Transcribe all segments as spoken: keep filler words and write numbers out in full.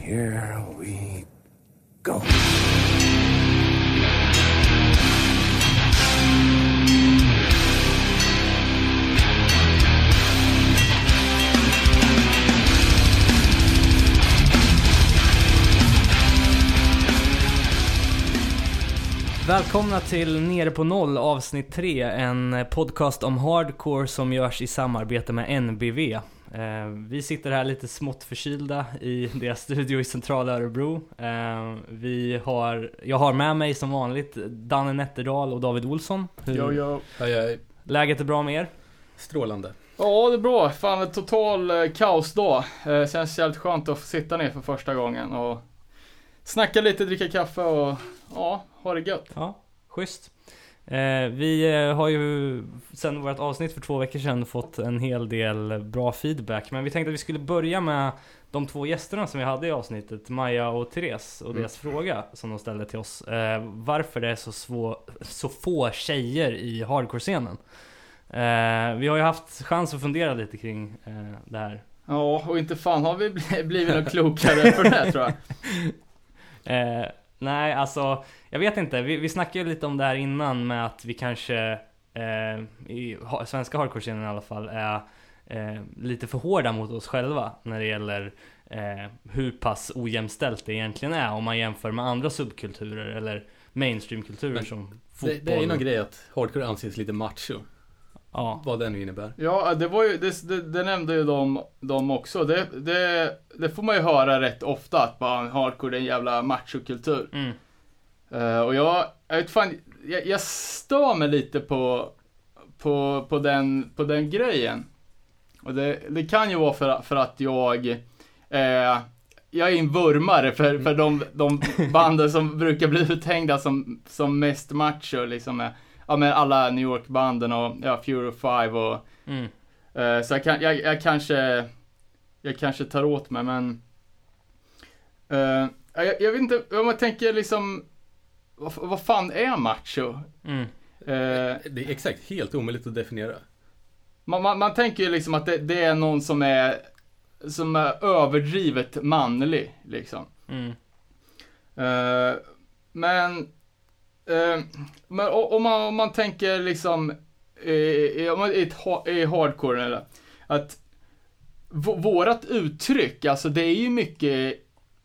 here we go. Välkomna till Nere på noll avsnitt tre, en podcast om hardcore som görs i samarbete med N B V. Eh, vi sitter här lite smått förkylda i deras studio i centrala Örebro. Eh, vi har, jag har med mig som vanligt Danne Nätterdal och David Olsson. Hur, Jo, jo. Hej, hej. Läget är bra med er? Strålande. Ja, det är bra. Fan, en total eh, kaosdag. Eh, känns jävligt skönt att få sitta ner för första gången och snacka lite, dricka kaffe och ja, ha det gött. Ja, schysst. Eh, vi eh, har ju sen vårt avsnitt för två veckor sedan fått en hel del bra feedback. Men vi tänkte att vi skulle börja med de två gästerna som vi hade i avsnittet, Maja och Therese, och deras mm. fråga som de ställde till oss. Eh, varför det är så, svå, så få tjejer i hardcore-scenen. Eh, vi har ju haft chans att fundera lite kring eh, det här. Ja, och inte fan har vi blivit något klokare för det, tror jag. Eh, nej, alltså jag vet inte, vi, vi snackade ju lite om det här innan med att vi kanske eh, i ha, svenska hardcore-scenen i alla fall är eh, lite för hårda mot oss själva när det gäller eh, hur pass ojämställt det egentligen är om man jämför med andra subkulturer eller mainstreamkulturer som fotboll. Det, det är ju någon grej att hardcore anses lite macho. Ja. Vad det nu innebär. Ja, det var ju det, det, det nämnde ju de, de också. Det, det, det får man ju höra rätt ofta, att bara hardcore är en jävla machokultur. Mm. Uh, och jag, jag vet fan, jag, jag stör mig lite på på på den på den grejen. Och det, det kan ju vara för för att jag eh, jag är en vurmare för för de de banden som brukar bli uthängda som som mest macho liksom med, ja, men alla New York banden och ja, Fury five och Mm. uh, så jag kan jag, jag kanske jag kanske tar åt mig, men uh, jag, jag vet inte om jag tänker liksom Vad, vad fan är macho? Mm. Eh, Det är exakt helt omöjligt att definiera. man, man, man tänker ju liksom att det, det är någon som är som är överdrivet manlig liksom. Mm. Eh, men eh, men om man, om man tänker liksom i, om man, i, ett, i hardcore eller att v- vårat uttryck, alltså det är ju mycket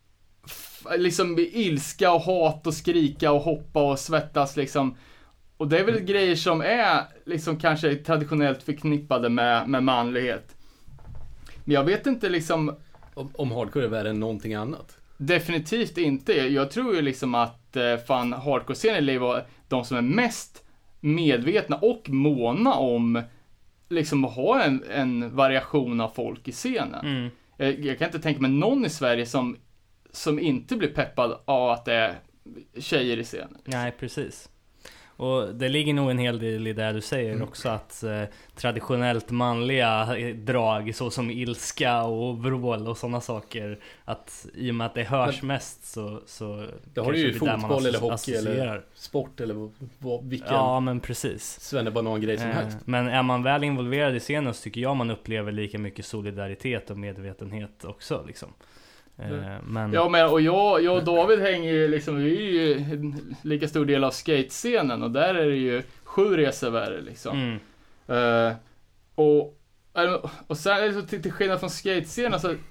liksom ilska och hat och skrika och hoppa och svettas liksom. Och det är väl mm. grejer som är liksom kanske traditionellt förknippade med, med manlighet. Men jag vet inte liksom Om, om hardcore är värre än någonting annat. Definitivt inte. Jag tror ju liksom att eh, fan hardcore-scenen lever de som är mest medvetna och måna om liksom att ha en, en variation av folk i scenen. Mm. Jag, jag kan inte tänka mig någon i Sverige som som inte blir peppad av att det är tjejer i scenen. Nej, precis. Och det ligger nog en hel del i det du säger mm. också, att eh, traditionellt manliga drag så som ilska och vrål och sådana saker, att i och med att det hörs Men, mest så, så det har du ju fotboll eller hockey eller sport eller vad, vilken ja, men precis. svennebanan-grej som eh, helst. Men är man väl involverad i scenen så tycker jag man upplever lika mycket solidaritet och medvetenhet också liksom. Men... Ja, men och jag, jag och David hänger ju liksom, vi är ju en lika stor del av skatescenen och där är det ju sju resor värre liksom. Mm. Uh, och, och sen är det så till, till skillnad från skatescenen så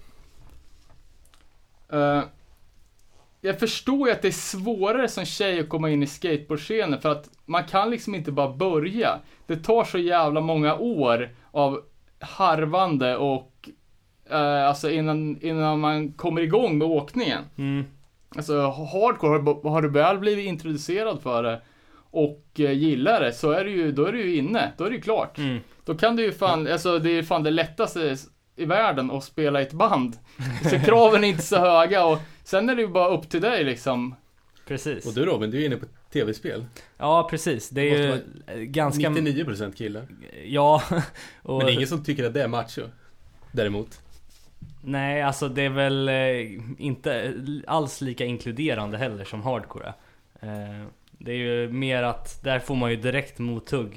uh, jag förstår ju att det är svårare som tjej att komma in i skateboardscenen för att man kan liksom inte bara börja. Det tar så jävla många år av harvande och Uh, alltså innan, innan man kommer igång med åkningen. Mm. Alltså hardcore, har, har du väl blivit introducerad för det och uh, gillar det, så är det ju, då är du ju inne, då är det ju klart. Mm. Då kan du ju fan, alltså det är fan det lättaste i världen att spela i ett band. Så kraven är inte så höga och sen är det ju bara upp till dig liksom. Precis. Och du Robin, du är inne på tv-spel. Ja, precis. Det är ju ganska nittionio procent killar. Ja. Och... Men det är ingen som tycker att det är macho. Däremot. Nej, alltså det är väl eh, inte alls lika inkluderande heller som hardcore. Eh, det är ju mer att där får man ju direkt mothugg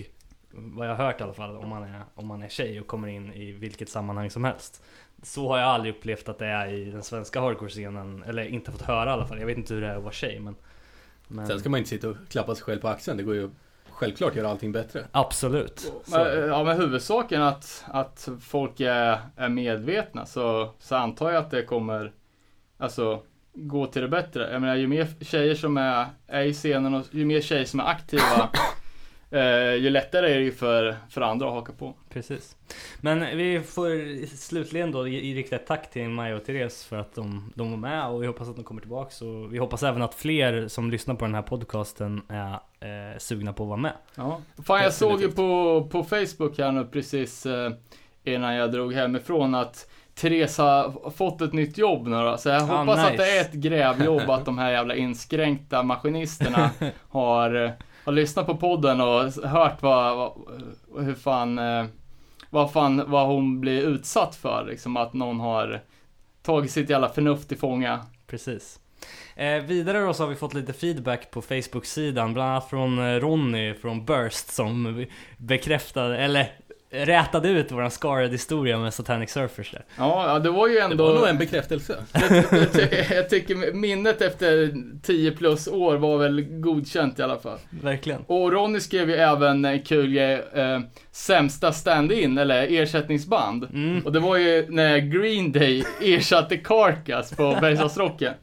vad jag har hört i alla fall, om man är, om man är tjej och kommer in i vilket sammanhang som helst. Så har jag aldrig upplevt att det är i den svenska hardcore-scenen, eller inte fått höra i alla fall. Jag vet inte hur det är att vara tjej, men, men... Sen ska man inte sitta och klappa sig själv på axeln. Det går ju självklart göra allting bättre. Absolut. Men, ja, men huvudsaken att, att folk är, är medvetna, så, så antar jag att det kommer alltså gå till det bättre. Jag menar, ju mer tjejer som är, är i scenen och ju mer tjejer som är aktiva eh, ju lättare är det ju för, för andra att haka på. Precis. Men vi får slutligen då i riktigt ett tack till Maja och Therese för att de, de var med, och vi hoppas att de kommer tillbaka, och vi hoppas även att fler som lyssnar på den här podcasten är eh, sugna på att vara med. Ja. Fan, jag såg ju på, på Facebook här nu precis eh, innan jag drog hemifrån att Therese har fått ett nytt jobb nu då. Så jag ah, hoppas nice. att det är ett grävjobb, att de här jävla inskränkta maskinisterna har, har lyssnat på podden och hört vad, vad hur fan eh, vad fan vad hon blir utsatt för, liksom, att någon har tagit sitt jävla förnuft i fånga. Precis. Eh, vidare då så har vi fått lite feedback på Facebook-sidan, bland annat från Ronny från Burst, som bekräftade, eller rätade ut våran Scarred historia med Satanic Surfers där. Ja, ja, det var ju ändå... Det var nog en bekräftelse. jag, jag, ty- jag tycker minnet efter tio plus år var väl godkänt i alla fall. Verkligen. Och Ronny skrev ju även en kul grej, eh, sämsta stand-in, eller ersättningsband. Mm. Och det var ju när Green Day ersatte Carcass på Bergslagsrocken.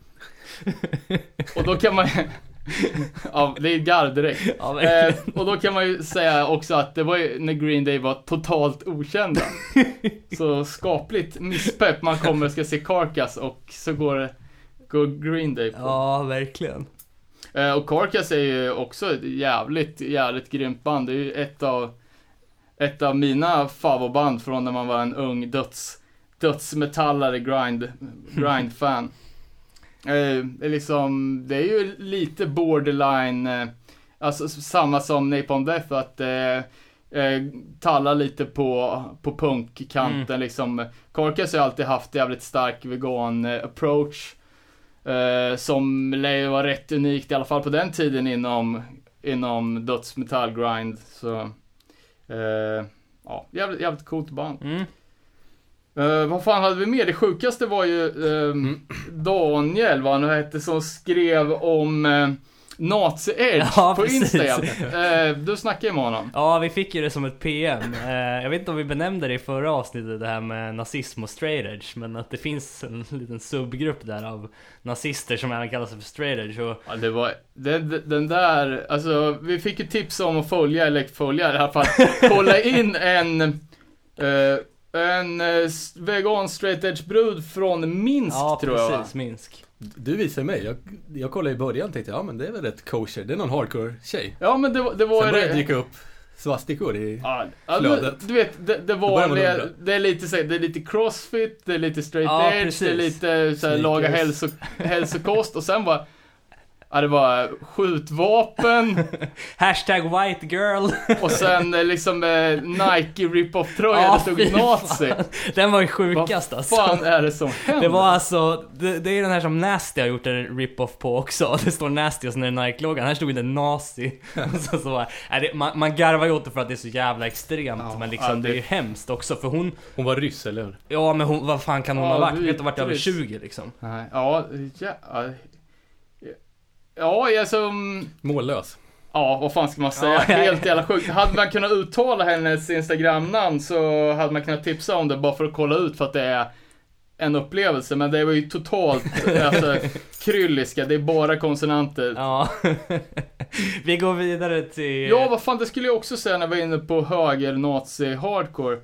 Och då kan man ja, det är garv direkt. Ja, eh, och då kan man ju säga också att det var ju när Green Day var totalt okända. Så skapligt misspepp, man kommer och ska se Carcass och så går, går Green Day på. Ja, verkligen. eh, Och Carcass är ju också ett jävligt, jävligt grymt band. Det är ju ett av Ett av mina favoritband från när man var en ung döds, dödsmetallare grind, grind-fan. Eh, liksom, det är ju lite borderline, eh, alltså samma som Napalm Death, att eh, eh, talla lite på, på punkkanten. Mm. Liksom. Carcass har alltid haft jävligt stark vegan eh, approach, eh, som lär vara rätt unikt, i alla fall på den tiden inom, inom dödsmetall grind. Så eh, ja, jävligt, jävligt coolt band. Mm. Uh, vad fan hade vi med? Det sjukaste var ju uh, mm. Daniel, vad han hette, som skrev om uh, Nazi Edge ja, på precis. Instagram. Uh, du snackade ju med honom. Ja, vi fick ju det som ett P M. uh, Jag vet inte om vi benämnde det i förra avsnittet, det här med nazism och straight edge, men att det finns en liten subgrupp där av nazister som även kallas för straight edge. Och... Ja, det var den, den där, alltså vi fick ju tips om att följa, eller följa i alla fall, kolla in en uh, En eh, vegan straight edge brud från Minsk, ja, tror jag. Ja, precis, Minsk. Du visade mig, jag, jag kollade i början och tänkte, ja men det är väl rätt kosher, det är någon hardcore tjej. Ja, men det, det var... Sen började det dyka upp svastikor i ja, ja, flödet. Du, du vet, det, det var det, det är lite så, det är lite crossfit, det är lite straight ja, edge, precis. det är lite så här, laga hälso, hälsokost, och sen var ja, det var skjutvapen. Hashtag white girl. Och sen liksom eh, Nike rip-off-tröja, ja, det stod nazi. Den var ju sjukast alltså. Vad fan är det som händer? Det var alltså, det, det är den här som Nasty har gjort en rip-off på också. Det står Nasty och sen är det Nike-loggan. Här stod det nazi. så, så, är det, man, man garvar ju åt det för att det är så jävla extremt. Ja, men liksom, ja, det... det är ju hemskt också. För hon... Hon var ryss, eller hur? Ja, men hon, vad fan kan hon ja, ha varit? Vet du, varit över tjugo liksom. Nej, ja, ja, ja. Ja, jag som... Mållös. Ja, vad fan ska man säga? Ja, helt jävla sjukt. Hade man kunnat uttala hennes Instagram-namn så hade man kunnat tipsa om det bara för att kolla ut, för att det är en upplevelse. Men det var ju totalt alltså, krylliska. Det är bara konsonanter. Ja. Vi går vidare till... Ja, vad fan, det skulle jag också säga när jag var inne på höger nazi hardcore.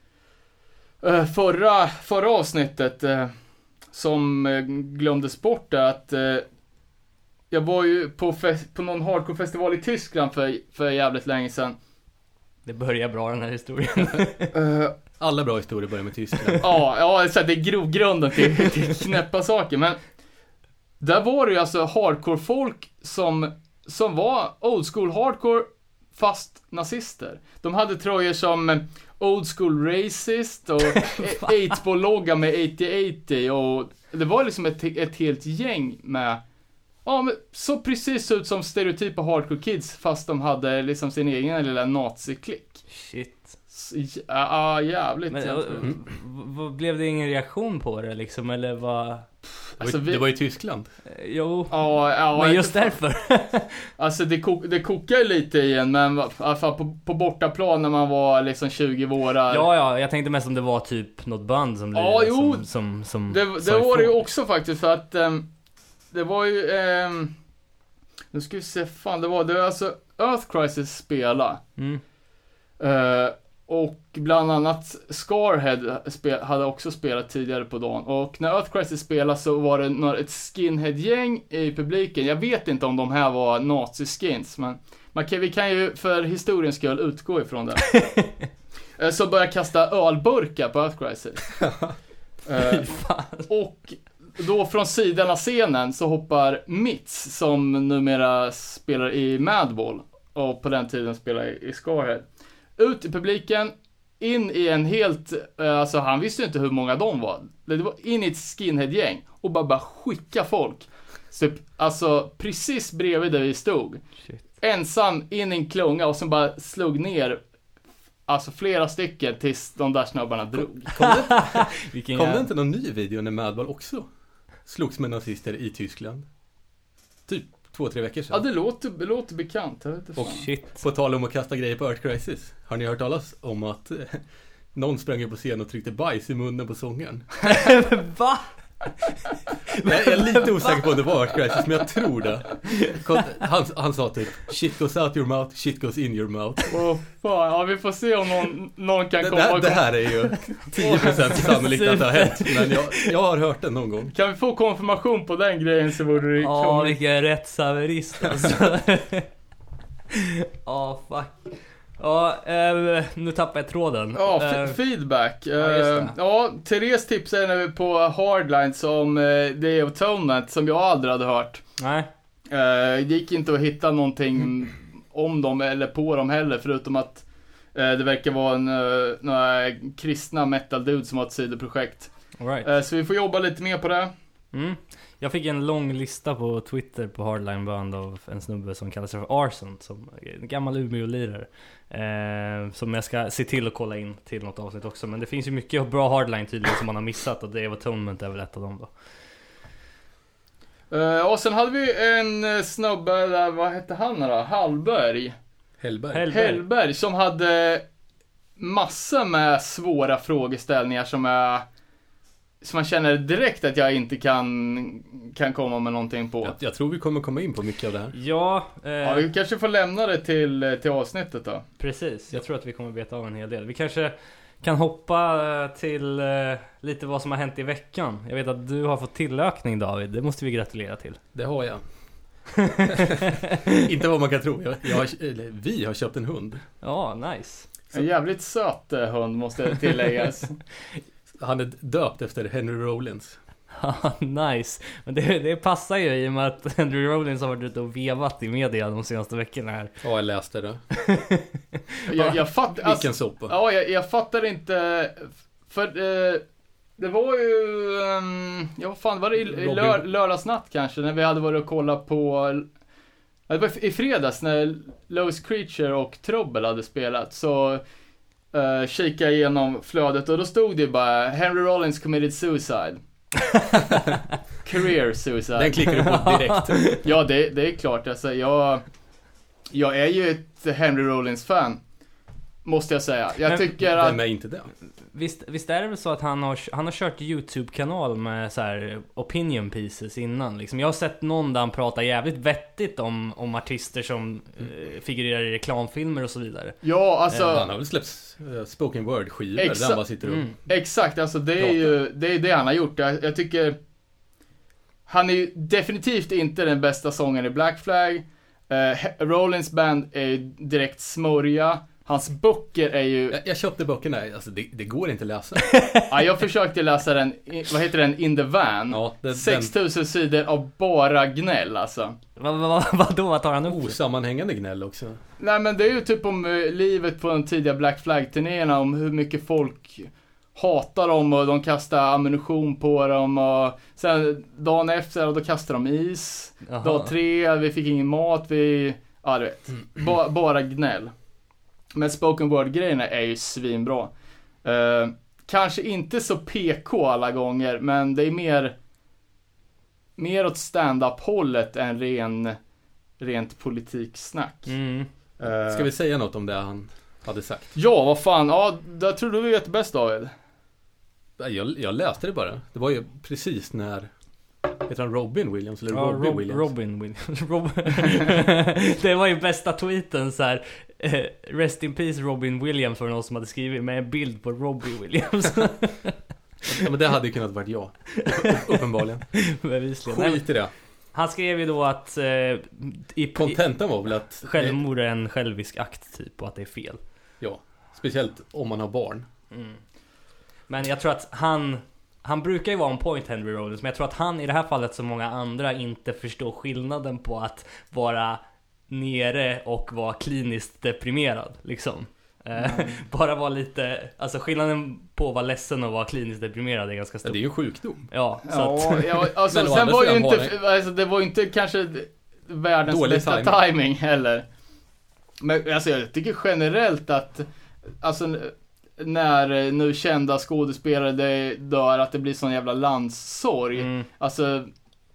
Uh, förra, förra avsnittet uh, som uh, glömdes bort där, att... Uh, Jag var ju på, fe- på någon hardcore-festival i Tyskland för, för jävligt länge sedan. Det börjar bra, den här historien. uh, Alla bra historier börjar med Tyskland. ja, ja, så det är grovgrunden till, till knäppa saker. Men där var det ju alltså hardcore-folk som, som var old school hardcore fast nazister. De hade tröjor som old school racist och eight-ball-logga med åttio åttio. Och det var liksom ett, ett helt gäng med Ja, men så precis ut som stereotypa hardcore kids, fast de hade liksom sin egen lilla nazi-klick. Shit. Ja, jävligt. Men, och, v- v- blev det ingen reaktion på det liksom, eller vad? Det var, Alltså, ju- vi- det var i Tyskland. Eh, Jo, Ja, ja, men inte just fan. därför. Alltså det, kok- det kokar ju lite igen, men i alla fall på, på bortaplan när man var liksom tjugo vårar. Ja, ja, jag tänkte mest om det var typ något band som Ja, lirade jo. som, som, som Det, sa det var det ju ifrån. också faktiskt, för att ehm, det var ju, ehm, nu ska vi se, fan det var, det var alltså Earth Crisis spela. Mm. Eh, och bland annat Scarhead spe- hade också spelat tidigare på dagen. Och när Earth Crisis spelade så var det några, ett skinhead-gäng i publiken. Jag vet inte om de här var nazi-skins, men man kan, vi kan ju för historiens skull utgå ifrån det. Eh, så började kasta ölburkar på Earth Crisis. Eh, och då från sidan av scenen så hoppar Mitz, som numera spelar i Madball och på den tiden spelade i i Scarhead, ut i publiken, in i en helt, eh, alltså han visste ju inte hur många de var. Det var in i ett skinhead-gäng och bara, bara skicka folk. Så, typ, alltså precis bredvid där vi stod. Shit. Ensam in i en klunga och sen bara slog ner, alltså flera stycken tills de där snubbarna drog. Kom det, Vilken kom det jävla- inte någon ny video när Madball också slogs med nazister i Tyskland? Typ två, tre veckor Ja, sedan. det låter, det låter bekant. Jag vet inte Och fan. Shit. på tal om att kasta grejer på Earth Crisis. Har ni hört talas om att eh, någon sprang upp på scen och tryckte bajs i munnen på sångaren? Va? Mm. Jag är lite osäker på om det var Earth Crisis, men jag tror det. Han, han sa typ shit goes out your mouth, shit goes in your mouth. Åh, fan. Ja, vi får se om någon, någon kan Det, komma. det, det här är ju tio procent sannolikt att det har hänt. Men jag, jag har hört det någon gång. Kan vi få konfirmation på den grejen så vore det Ja, kungligt. vilken rättshaverist alltså. Ja, fuck. Ja, eh, nu tappar jag tråden. Ja, f- Eh, feedback. ja, just det. Eh, ja, Therese tipsade nu på Hardline som uh, Day of Atonement, som jag aldrig hade hört. Nej. Eh, det gick inte att hitta någonting om dem eller på dem heller, förutom att eh, det verkar vara en, uh, några kristna metal dude som har ett sidoprojekt. All right. Eh, så vi får jobba lite mer på det. Mm. Jag fick en lång lista på Twitter på Hardline Band av en snubbe som kallar sig för Arson, som är en gammal Umeå-lirare. Eh, som jag ska se till att kolla in till något avsnitt också. Men det finns ju mycket bra Hardline tydligen som man har missat, och Day of Atonement är väl ett av dem då. Eh, och sen hade vi en uh, snubbe där, vad hette han då? Hallberg. Hellberg. Hellberg. Hellberg, som hade massor med svåra frågeställningar som är, som man känner direkt att jag inte kan, kan komma med någonting på. Jag, jag tror vi kommer komma in på mycket av det här. Ja, eh, Ja, vi kanske får lämna det till, till avsnittet då. precis. Jag tror att vi kommer veta av en hel del. Vi kanske kan hoppa eh, till eh, lite vad som har hänt i veckan. Jag vet att du har fått tillökning, David. Det måste vi gratulera till. Det har jag. Inte vad man kan tro. Jag, jag har, eller, vi har köpt en hund. Ja, nice. En jävligt söt eh, hund måste tilläggas. Han är döpt efter Henry Rollins. Nice. Men det, det passar ju i och med att Andrew Rollins har varit ute och vevat i media de senaste veckorna här. Ja, jag läste det. jag, jag fattar, alltså, Vilken soppa. ja, jag, jag fattar inte, för eh, det var ju, um, ja vad fan var det i, i Robin. lör, lördagsnatt kanske, när vi hade varit och kollat på, ja, det var i fredags när Lowest Creature och Trouble hade spelat, så uh, kika igenom flödet och då stod det bara Henry Rollins committed suicide. Career suicide. Den klickar du på direkt. Ja, det, det är klart. Alltså, jag, jag är ju ett Henry Rollins-fan, måste jag säga. Jag Men tycker att... Vem är inte det? Visst, visst är det väl så att han har, han har kört YouTube-kanal med så här opinion pieces innan liksom. Jag har sett någon där han pratar jävligt vettigt om, om artister som eh, figurerar i reklamfilmer och så vidare. Ja, alltså... Han har väl släppt uh, spoken word-skivor där Exa- han bara sitter och... Mm. Exakt, alltså det är ju det, är det han har gjort. Jag, jag tycker... Han är ju definitivt inte den bästa sången i Black Flag. Uh, Rollins band är ju direkt smörja. Hans böcker är ju... Jag, jag köpte böckerna, alltså det, det går inte att läsa. Ja, jag försökte läsa den, i- vad heter den? In the Van. Ja, det, sex tusen sidor av bara gnäll, alltså. Vad va, va, vadå, vad tar han den upp? osammanhängande gnäll också. Nej, men det är ju typ om eh, livet på de tidiga Black Flag-turnéerna, om hur mycket folk hatar dem och de kastar ammunition på dem och sen dagen efter då kastar de is. Aha. Dag tre, vi fick ingen mat, vi, ja du vet, ba, bara gnäll. Men spoken word-grejerna är ju svinbra. Uh, kanske inte så P K alla gånger, men det är mer mer åt stand-up-hållet än ren, rent politiksnack. Mm. Uh, Ska vi säga något om det han hade sagt? Ja, vad fan, ja, det tror du vi vet bäst, David. Jag, jag läste det bara. Det var ju precis när, heter han Robin Williams eller Ja, Robbie Rob- Williams? Robin Williams. Rob- det var ju bästa tweeten så här. eh, Rest in peace Robin Williams var någon som hade skrivit med en bild på Robbie Williams. Ja, men det hade ju kunnat varit jag. Uppenbarligen. Bevisligen. Nej, Skit i det. han skrev ju då att eh, i, Kontentan var väl att självmord är en självisk akt typ och att det är fel. Ja, speciellt om man har barn. Mm. Men jag tror att han Han brukar ju vara en point, Henry Rollins, men jag tror att han i det här fallet som många andra inte förstår skillnaden på att vara nere och vara kliniskt deprimerad liksom. Mm. Bara vara lite, alltså skillnaden på att vara ledsen och vara kliniskt deprimerad är ganska stor. Ja, det är ju en sjukdom. Ja, så Ja, att, ja alltså, Men å sen andra var ju sidan inte, har alltså, det var ju inte kanske världens Dålig bästa timing. timing heller. Men alltså jag tycker generellt att alltså när nu kända skådespelare dör, att det blir sån jävla landssorg. mm, Alltså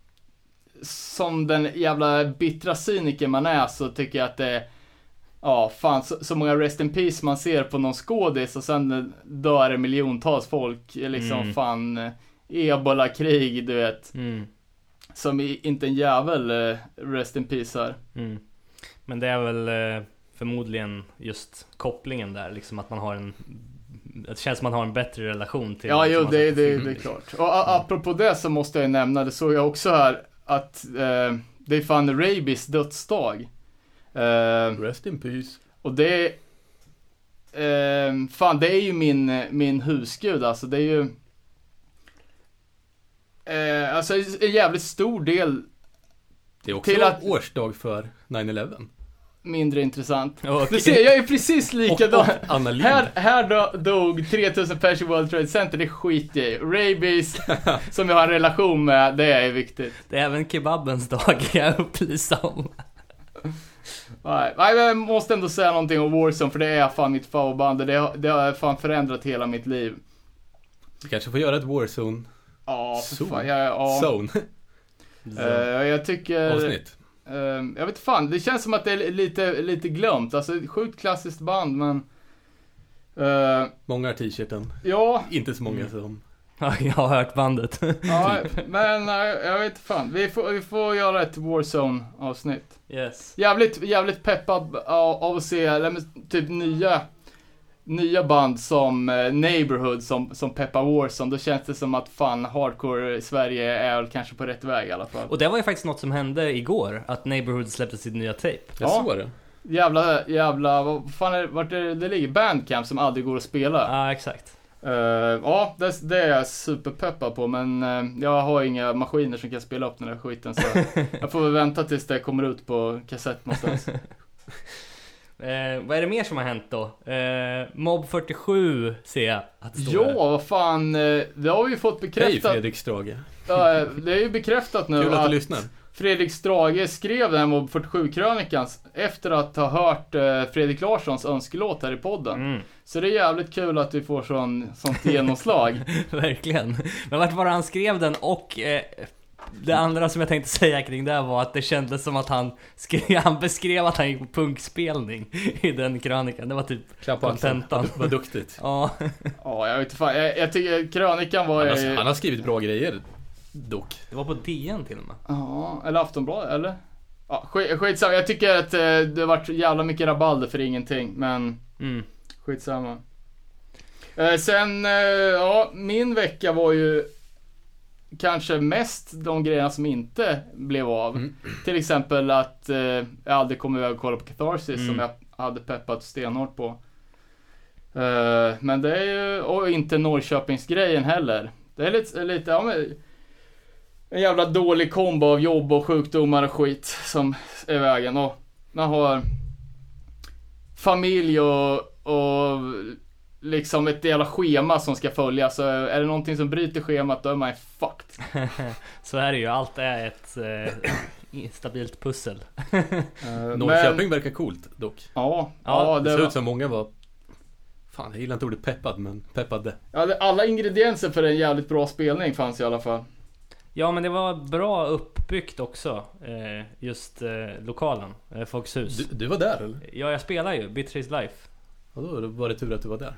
som den jävla bittra cyniker man är, så tycker jag att det ja, fan, så, så många rest in peace man ser på någon skådis och sen dör det miljontals folk liksom. Mm. Fan, ebola-krig, du vet. mm, Som i, inte en jävel uh, rest in peace här. mm. Men det är väl eh, förmodligen just kopplingen där liksom, att man har en, det känns som man har en bättre relation till Ja, jo, liksom, det, alltså, det, det är klart. Och a, apropå det så måste jag nämna, det såg jag också här, att uh, det är fan Rabies dödsdag. Uh, Rest in peace. och det uh, fan, det är ju min, min husgud, alltså det är ju uh, alltså en jävligt stor del Det är också Till att- årsdag för nine eleven. mindre intressant. Okej. Du ser, jag är precis Och, likadan. och Anna Lind. Här, här do, dog tre tusen pers i World Trade Center, det skit i. Rabies, som jag har en relation med, det är viktigt. Det är även kebabens dag, kan jag upplysa om. Nej, nej, jag måste ändå säga någonting om Warzone, för det är fan mitt favoritband. Det, har- det har fan förändrat hela mitt liv. Vi kanske får göra ett Warzone Ja, för Zone. fan. Jag, ja, Zone Eh, jag tycker... avsnitt. eh, jag vet fan, det känns som att det är lite, lite glömt. Alltså, ett sjukt klassiskt band, men... eh, Många har t-shirten. ja, Inte så många Mm. som... Ja, jag har hört bandet. ja, men eh, jag vet fan. Vi får, vi får göra ett Warzone-avsnitt. Yes. Jävligt, jävligt peppad av, av att se eller, men, typ nya nya band som eh, Neighborhood som, som peppar Warzone. Då känns det som att fan hardcore i Sverige är väl kanske på rätt väg i alla fall. Och det var ju faktiskt något som hände igår, att Neighborhood släppte sitt nya tape. Jag Ja. såg det. Jävla, jävla, vad fan är vart är det, det ligger? Bandcamp som aldrig går att spela. Ja, exakt. Eh, ja, det, det är jag superpeppad på, men eh, jag har inga maskiner som kan spela upp den där skiten, så jag får väl vänta tills det kommer ut på kassett någonstans. Eh, vad är det mer som har hänt då? Eh, Mob fyrtiosju ser jag att det står Ja, här. vad fan, eh, det har vi ju fått Hej bekräftat. Fredrik Strage. Ja, det är ju bekräftat nu Kul att att du lyssnar. Fredrik Strage skrev den här Mob fyrtiosju-krönikan efter att ha hört eh, Fredrik Larssons önskelåt här i podden. Mm, Så det är jävligt kul att vi får sån, sånt genomslag. verkligen. Men vart var det han skrev den? Och eh, det andra som jag tänkte säga kring det var att det kändes som att han skrev, han beskrev att han gick på punkspelning i den krönikan. Det var typ Klapp på axeln. kontentan. Vad duktigt. Ja, Ja, jag vet inte fan. Jag, jag tycker krönikan var Han ju... har, han har skrivit bra grejer. Dock. det var på D N till och med. Ja, eller Aftonbladet, eller? Ja, skit, skitsamma. Jag tycker att eh, det har varit jävla mycket rabalder för ingenting, men Mm. skitsamma. Eh, sen, eh, ja, min vecka var ju kanske mest de grejerna som inte blev av. Mm. Till exempel att eh, jag aldrig kom iväg och kolla på Catharsis Mm. som jag hade peppat stenhårt på. Eh, men det är ju, och inte Norrköpingsgrejen heller. Det är lite, lite ja, men, en jävla dålig kombo av jobb och sjukdomar och skit som är i vägen. Och man har familj och, och liksom ett jävla schema som ska följas. Så är det någonting som bryter schemat, då är man fucked. Så är det ju, allt är ett eh, stabilt pussel. uh, Norrköping men, verkar coolt dock. Ja, Ja, ja Det det ser var, ut som många var... Fan, jag gillar inte ordet peppad, men peppade. ja, det, alla ingredienser för en jävligt bra spelning fanns i alla fall. Ja, men det var bra uppbyggt också, eh, just eh, lokalen, eh, Folkets hus. Du, du var där eller? Ja, jag spelar ju Beatrice Life. Ja, då var det tur att du var där.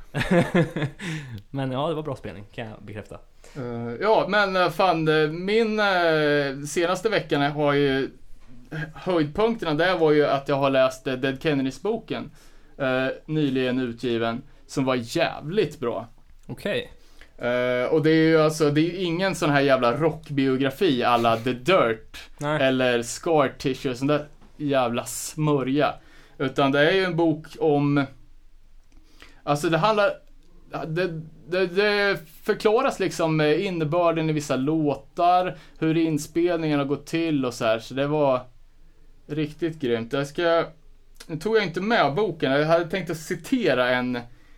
Men ja, det var bra spelning, kan jag bekräfta. Uh, ja, men uh, fan, uh, min uh, senaste veckan har ju höjdpunkterna där var ju att jag har läst uh, Dead Kennedys boken uh, nyligen utgiven, som var jävligt bra. Okej. Uh, och det är ju alltså, det är ju ingen sån här jävla rockbiografi alla The Dirt Nej. eller Scar Tissue, sån där jävla smörja. Utan det är ju en bok om, alltså det handlar, det, det, det förklaras liksom innebörden i vissa låtar, hur inspelningarna går till och så här. Så det var riktigt grymt. Jag ska, nu tog jag inte med boken, jag hade tänkt att citera en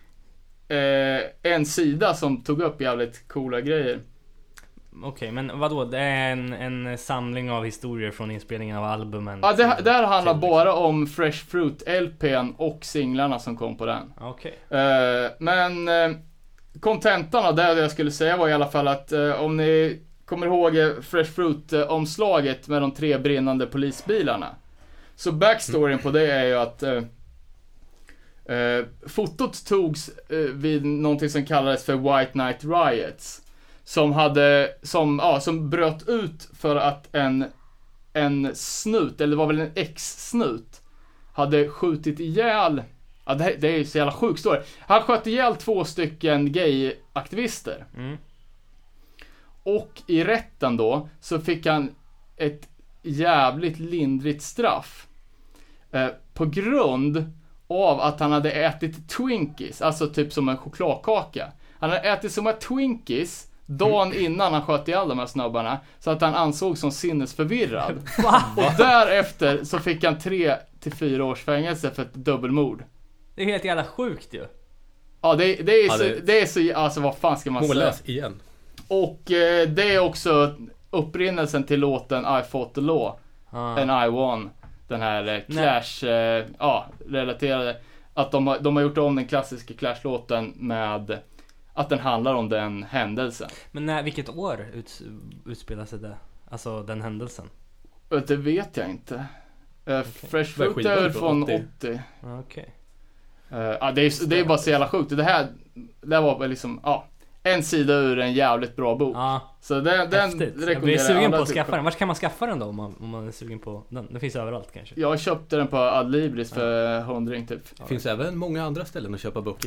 eh, en sida som tog upp jävligt coola grejer. Okej, men vadå? Det är en, en samling av historier från inspelningen av albumen? Ja, det, det här handlar till, bara om Fresh Fruit L P:n och singlarna som kom på den. Okej. Eh, men eh, kontentan av det jag skulle säga var i alla fall att eh, om ni kommer ihåg eh, Fresh Fruit-omslaget med de tre brinnande polisbilarna. Så backstoryn på det är ju att eh, eh, fotot togs eh, vid någonting som kallades för White Night Riots. Som hade, som, ja, som bröt ut för att en, en snut, eller det var väl en ex-snut, hade skjutit ihjäl, ja, det, det är ju så jävla sjukt story. Han sköt ihjäl två stycken gay-aktivister. Mm. Och i rätten då så fick han ett jävligt lindrigt straff. Eh, på grund av att han hade ätit Twinkies, alltså typ som en chokladkaka. Han hade ätit så många Twinkies dagen innan han sköt ihjäl de här snubbarna, så att han ansåg som sinnesförvirrad. Och därefter så fick han tre till fyra års fängelse för ett dubbelmord. Det är helt jävla sjukt ju. Ja, det, det är Ja, så, det- det är så, alltså vad fan ska man säga? Mållös igen. Och eh, det är också upprinnelsen till låten I Fought the Law Ah. and I Won. Den här eh, Clash, eh, ja, relaterade. Att de har, de har gjort om den klassiska Clash-låten med att den handlar om den händelsen. Men när, vilket år ut, utspelar sig det? Alltså den händelsen? Och det vet jag inte. Uh, Fresh Vad är Fruit är skivan väl då? från åttio? åttio. Ah, Okej. Uh, ja, det är, det är bara så jävla sjukt. Det här, det här var väl liksom, ja, en sida ur en jävligt bra bok. Ja, Så den, den häftigt. Jag blir rekommenderar sugen alla på att till- skaffa den. Vart kan man skaffa den då om man, om man är sugen på den? Den finns överallt kanske. Jag köpte den på Adlibris för hundring typ. Det finns även många andra ställen att köpa böcker.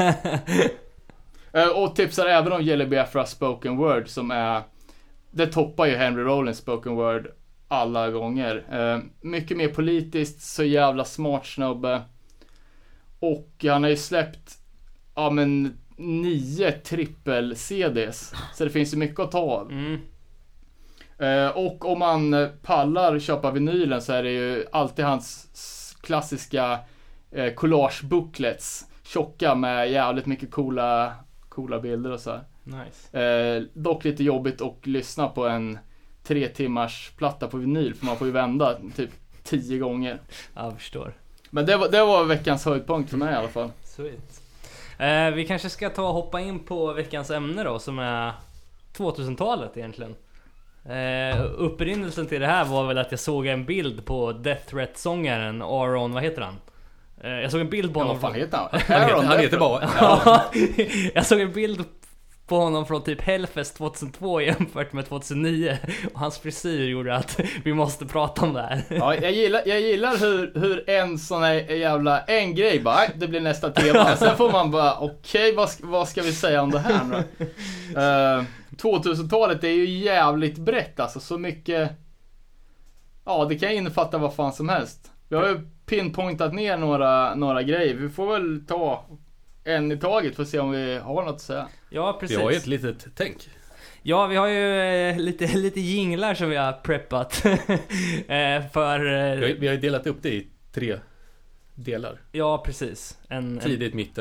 Uh, och tipsar även om Jelly Biafra Spoken Word, som är, det toppar ju Henry Rollins Spoken Word alla gånger. Uh, mycket mer politiskt, så jävla smart snubbe. Och han har ju släppt, ja men, nio trippel-C Ds. Så det finns ju mycket att ta av. Mm. Uh, och om man pallar köpa vinylen så är det ju alltid hans s- klassiska uh, collage booklets. Tjocka med jävligt mycket coola, coola bilder och så här. Nice. Eh, dock lite jobbigt att lyssna på en tre timmars platta på vinyl, för man får ju vända typ tio gånger. Ja, jag förstår. Men det var, det var veckans höjdpunkt för mig i alla fall. Sweet. Eh, vi kanske ska ta och hoppa in på veckans ämne då, som är tvåtusentalet egentligen. Eh, upprinnelsen till det här var väl att jag såg en bild på Death Threat-sångaren Aaron, vad heter han? Eh, jag såg en bild på Ja, honom. vad fan heter han? Han heter, han heter bara... Ja. Jag såg en bild på honom från typ Hellfest tjugohundratvå jämfört med tjugohundranio. Och hans frisyr gjorde att vi måste prata om det här. Ja, jag gillar, jag gillar hur, hur en sån här jävla, en grej bara, "Aj, det blir nästa tema." Sen får man bara, okej, okay, vad, ska- vad ska vi säga om det här nu? Uh, tvåtusentalet är ju jävligt brett alltså, så mycket, ja, det kan innefatta vad fan som helst. Vi har ju pinpointat ner några, några grejer. Vi får väl ta en i taget för att se om vi har något att säga. Ja, Vi precis. har ju ett litet tänk. Ja, vi har ju eh, lite, lite jinglar som vi har preppat. eh, för... Vi har, Eh, vi har ju delat upp det i tre delar. ja, precis. En, en, Tidigt, mitten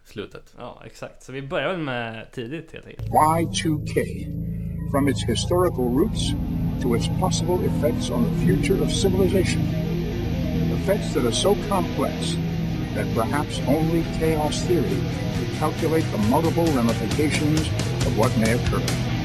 slutet. Ja, exakt. Så vi börjar väl med tidigt helt enkelt. Y two K, from its historical roots to its possible effects on the future of civilization. Effects that are so complex that perhaps only chaos theory could calculate the multiple ramifications of what may occur.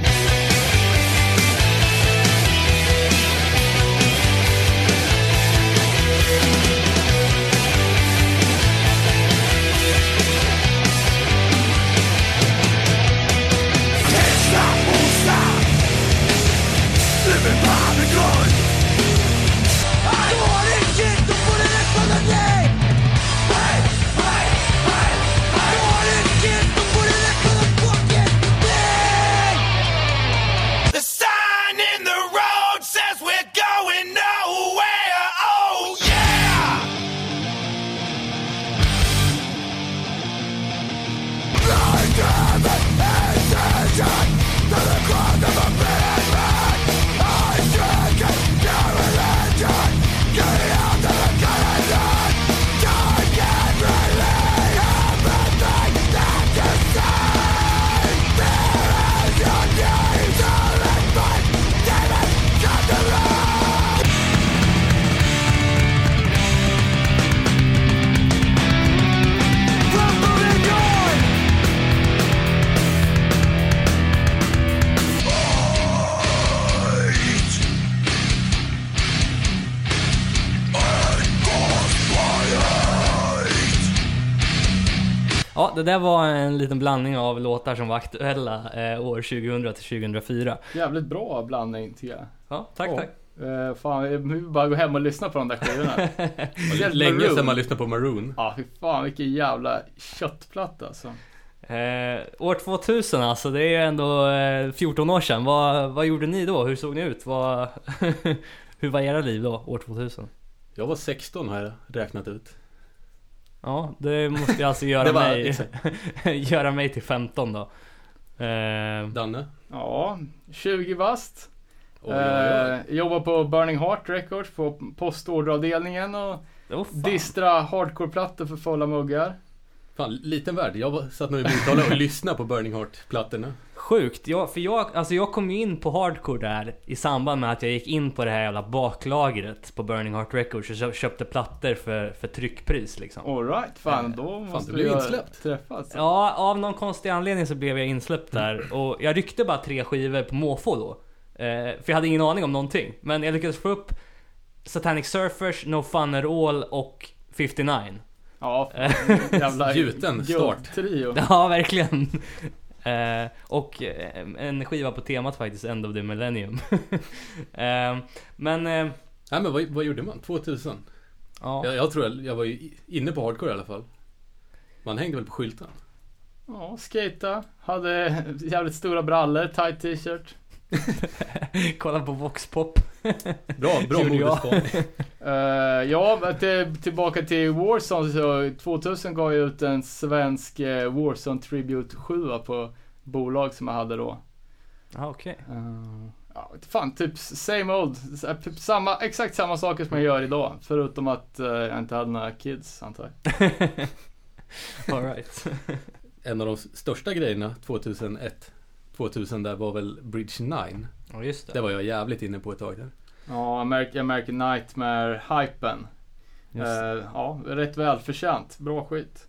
Ja, det där var en liten blandning av låtar som var aktuella eh, år tjugohundra till tjugohundrafyra. Jävligt bra blandning tycker jag. Ja, tack, oh. tack. Uh, fan, vi vill bara gå hem och lyssna på de där skivorna. Länge sedan man lyssnade på Maroon. Ja, fy fan, vilken jävla köttplatta alltså. Eh, år tvåtusen alltså, det är ändå eh, fjorton år sedan. Vad, vad gjorde ni då? Hur såg ni ut? Vad, hur var era liv då, år tvåtusen? Jag var sexton har jag räknat ut. Ja, det måste jag alltså göra, var, mig, göra mig till femton då. Eh, Danne? Ja, tjugo bast. Oh, ja, ja. Eh, jobbar på Burning Heart Records på postorderavdelningen och oh, distra hardcore-plattor för fulla muggar. Fan, liten värld. Jag var, satt nog i Motala och lyssnade på Burning Heart-plattorna. Sjukt, jag, för jag, alltså jag kom ju in på hardcore där i samband med att jag gick in på det här jävla baklagret på Burning Heart Records och köpte plattor för, för tryckpris liksom. All right, fan, då måste fan, du vi insläppt. träffas. Ja, av någon konstig anledning så blev jag insläppt där och jag ryckte bara tre skivor på måfå då. Eh, för jag hade ingen aning om någonting. Men jag lyckades få upp Satanic Surfers, No Fun At All och femtionio. Ja, jävla gjuten start. Trio. Ja, verkligen. Eh, och eh, en skiva på temat faktiskt, End of the Millennium. eh, men eh, Nej, men vad, vad gjorde man? tvåtusen? Ja. Jag, jag tror jag, jag var ju inne på hardcore i alla fall. Man hängde väl på skylten. Ja, skata. Hade jävligt stora brallor, tight t-shirt. Kolla på Voxpop. Bra, bra modespån. uh, Ja, till, tillbaka till Warzone så tvåtusen gav jag ut en svensk uh, Warzone Tribute sju på bolag som jag hade då. Ah, okej. Okay. Uh, ja, fan, typ same old. Samma, exakt samma saker som jag gör idag. Förutom att uh, jag inte hade några kids, antar jag. All right. En av de största grejerna tvåtusenett tvåtusen där var väl Bridge nio. Ja, just det. Det var jag jävligt inne på ett tag där. Ja, American, American Nightmare-hypen. Uh, ja, rätt välförtjänt. Bra skit.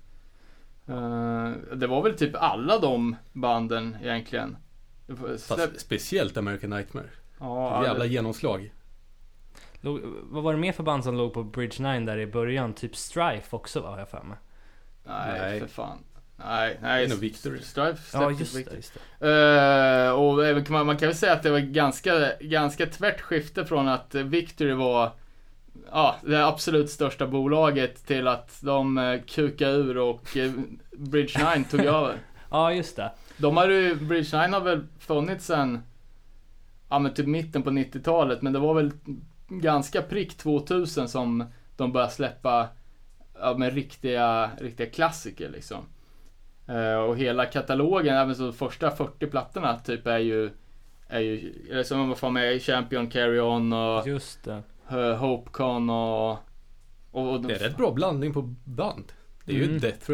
Uh, det var väl typ alla de banden egentligen. Fast speciellt American Nightmare. Ja, ett jävla det... genomslag. Låg, vad var det mer för band som låg på Bridge nio där i början? Typ Strife också, var jag för mig. Nej, nej, för fan. Nej, nej. Det är nog Victory. Strife. Ja, just det, just det. Uh, och även kan man, man kan väl säga att det var ganska, ganska tvärt skifte från att Victory var ja, det absolut största bolaget till att de uh, kukade ur och uh, Bridge nio tog över. Ja, just det. De har ju, Bridge nio har väl funnits sen ja, men typ mitten på nittiotalet, men det var väl ganska prick tvåtusen som de började släppa ja, med riktiga, riktiga klassiker liksom. Uh, och hela katalogen, även så första fyrtio plattorna typ är ju är ju, eller som man får med Champion, Carry On och just det. Uh, Hopecon och, och, och det är rätt bra blandning på band. Det är mm. ju Death Threat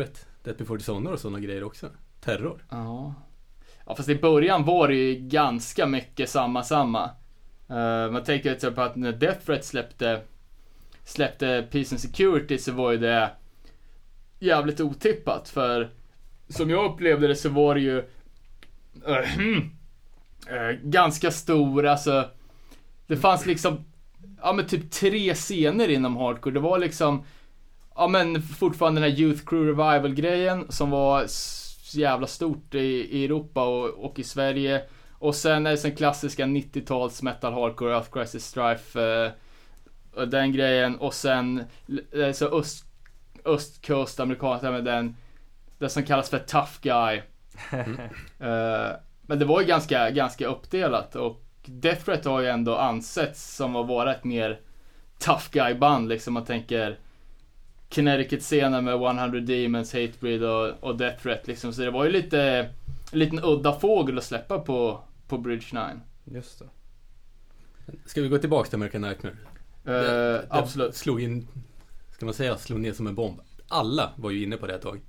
Death Before Dishonor och sådana grejer också. Terror. Ja. Ja, fast i början var det ju ganska mycket samma samma. Uh, man tänker typ på att när Death Threat släppte släppte Peace and Security så var ju det jävligt otippat, för som jag upplevde det så var det ju uh, uh, ganska stor, alltså det fanns liksom ja men typ tre scener inom hardcore. Det var liksom ja men fortfarande den här Youth Crew Revival grejen som var så jävla stort i, i Europa och, och i Sverige, och sen är det sen klassiska nittio-tals metal hardcore, Earth Crisis Strife uh, och den grejen, och sen så öst, östkust amerikanska med den det som kallas för Tough Guy. Mm. uh, men det var ju ganska ganska uppdelat, och Death Threat har ju ändå ansetts som att vara ett mer Tough Guy band liksom. Man tänker Connecticut-scenen med hundra Demons, Hatebreed och, och Death Threat liksom. Så det var ju lite en liten udda fågel att släppa på, på Bridge nine. Just det. Ska vi gå tillbaka till American Nightmare? Uh, det, det absolut. Slog in, ska man säga, slog ner som en bomb. Alla var ju inne på det ett tag.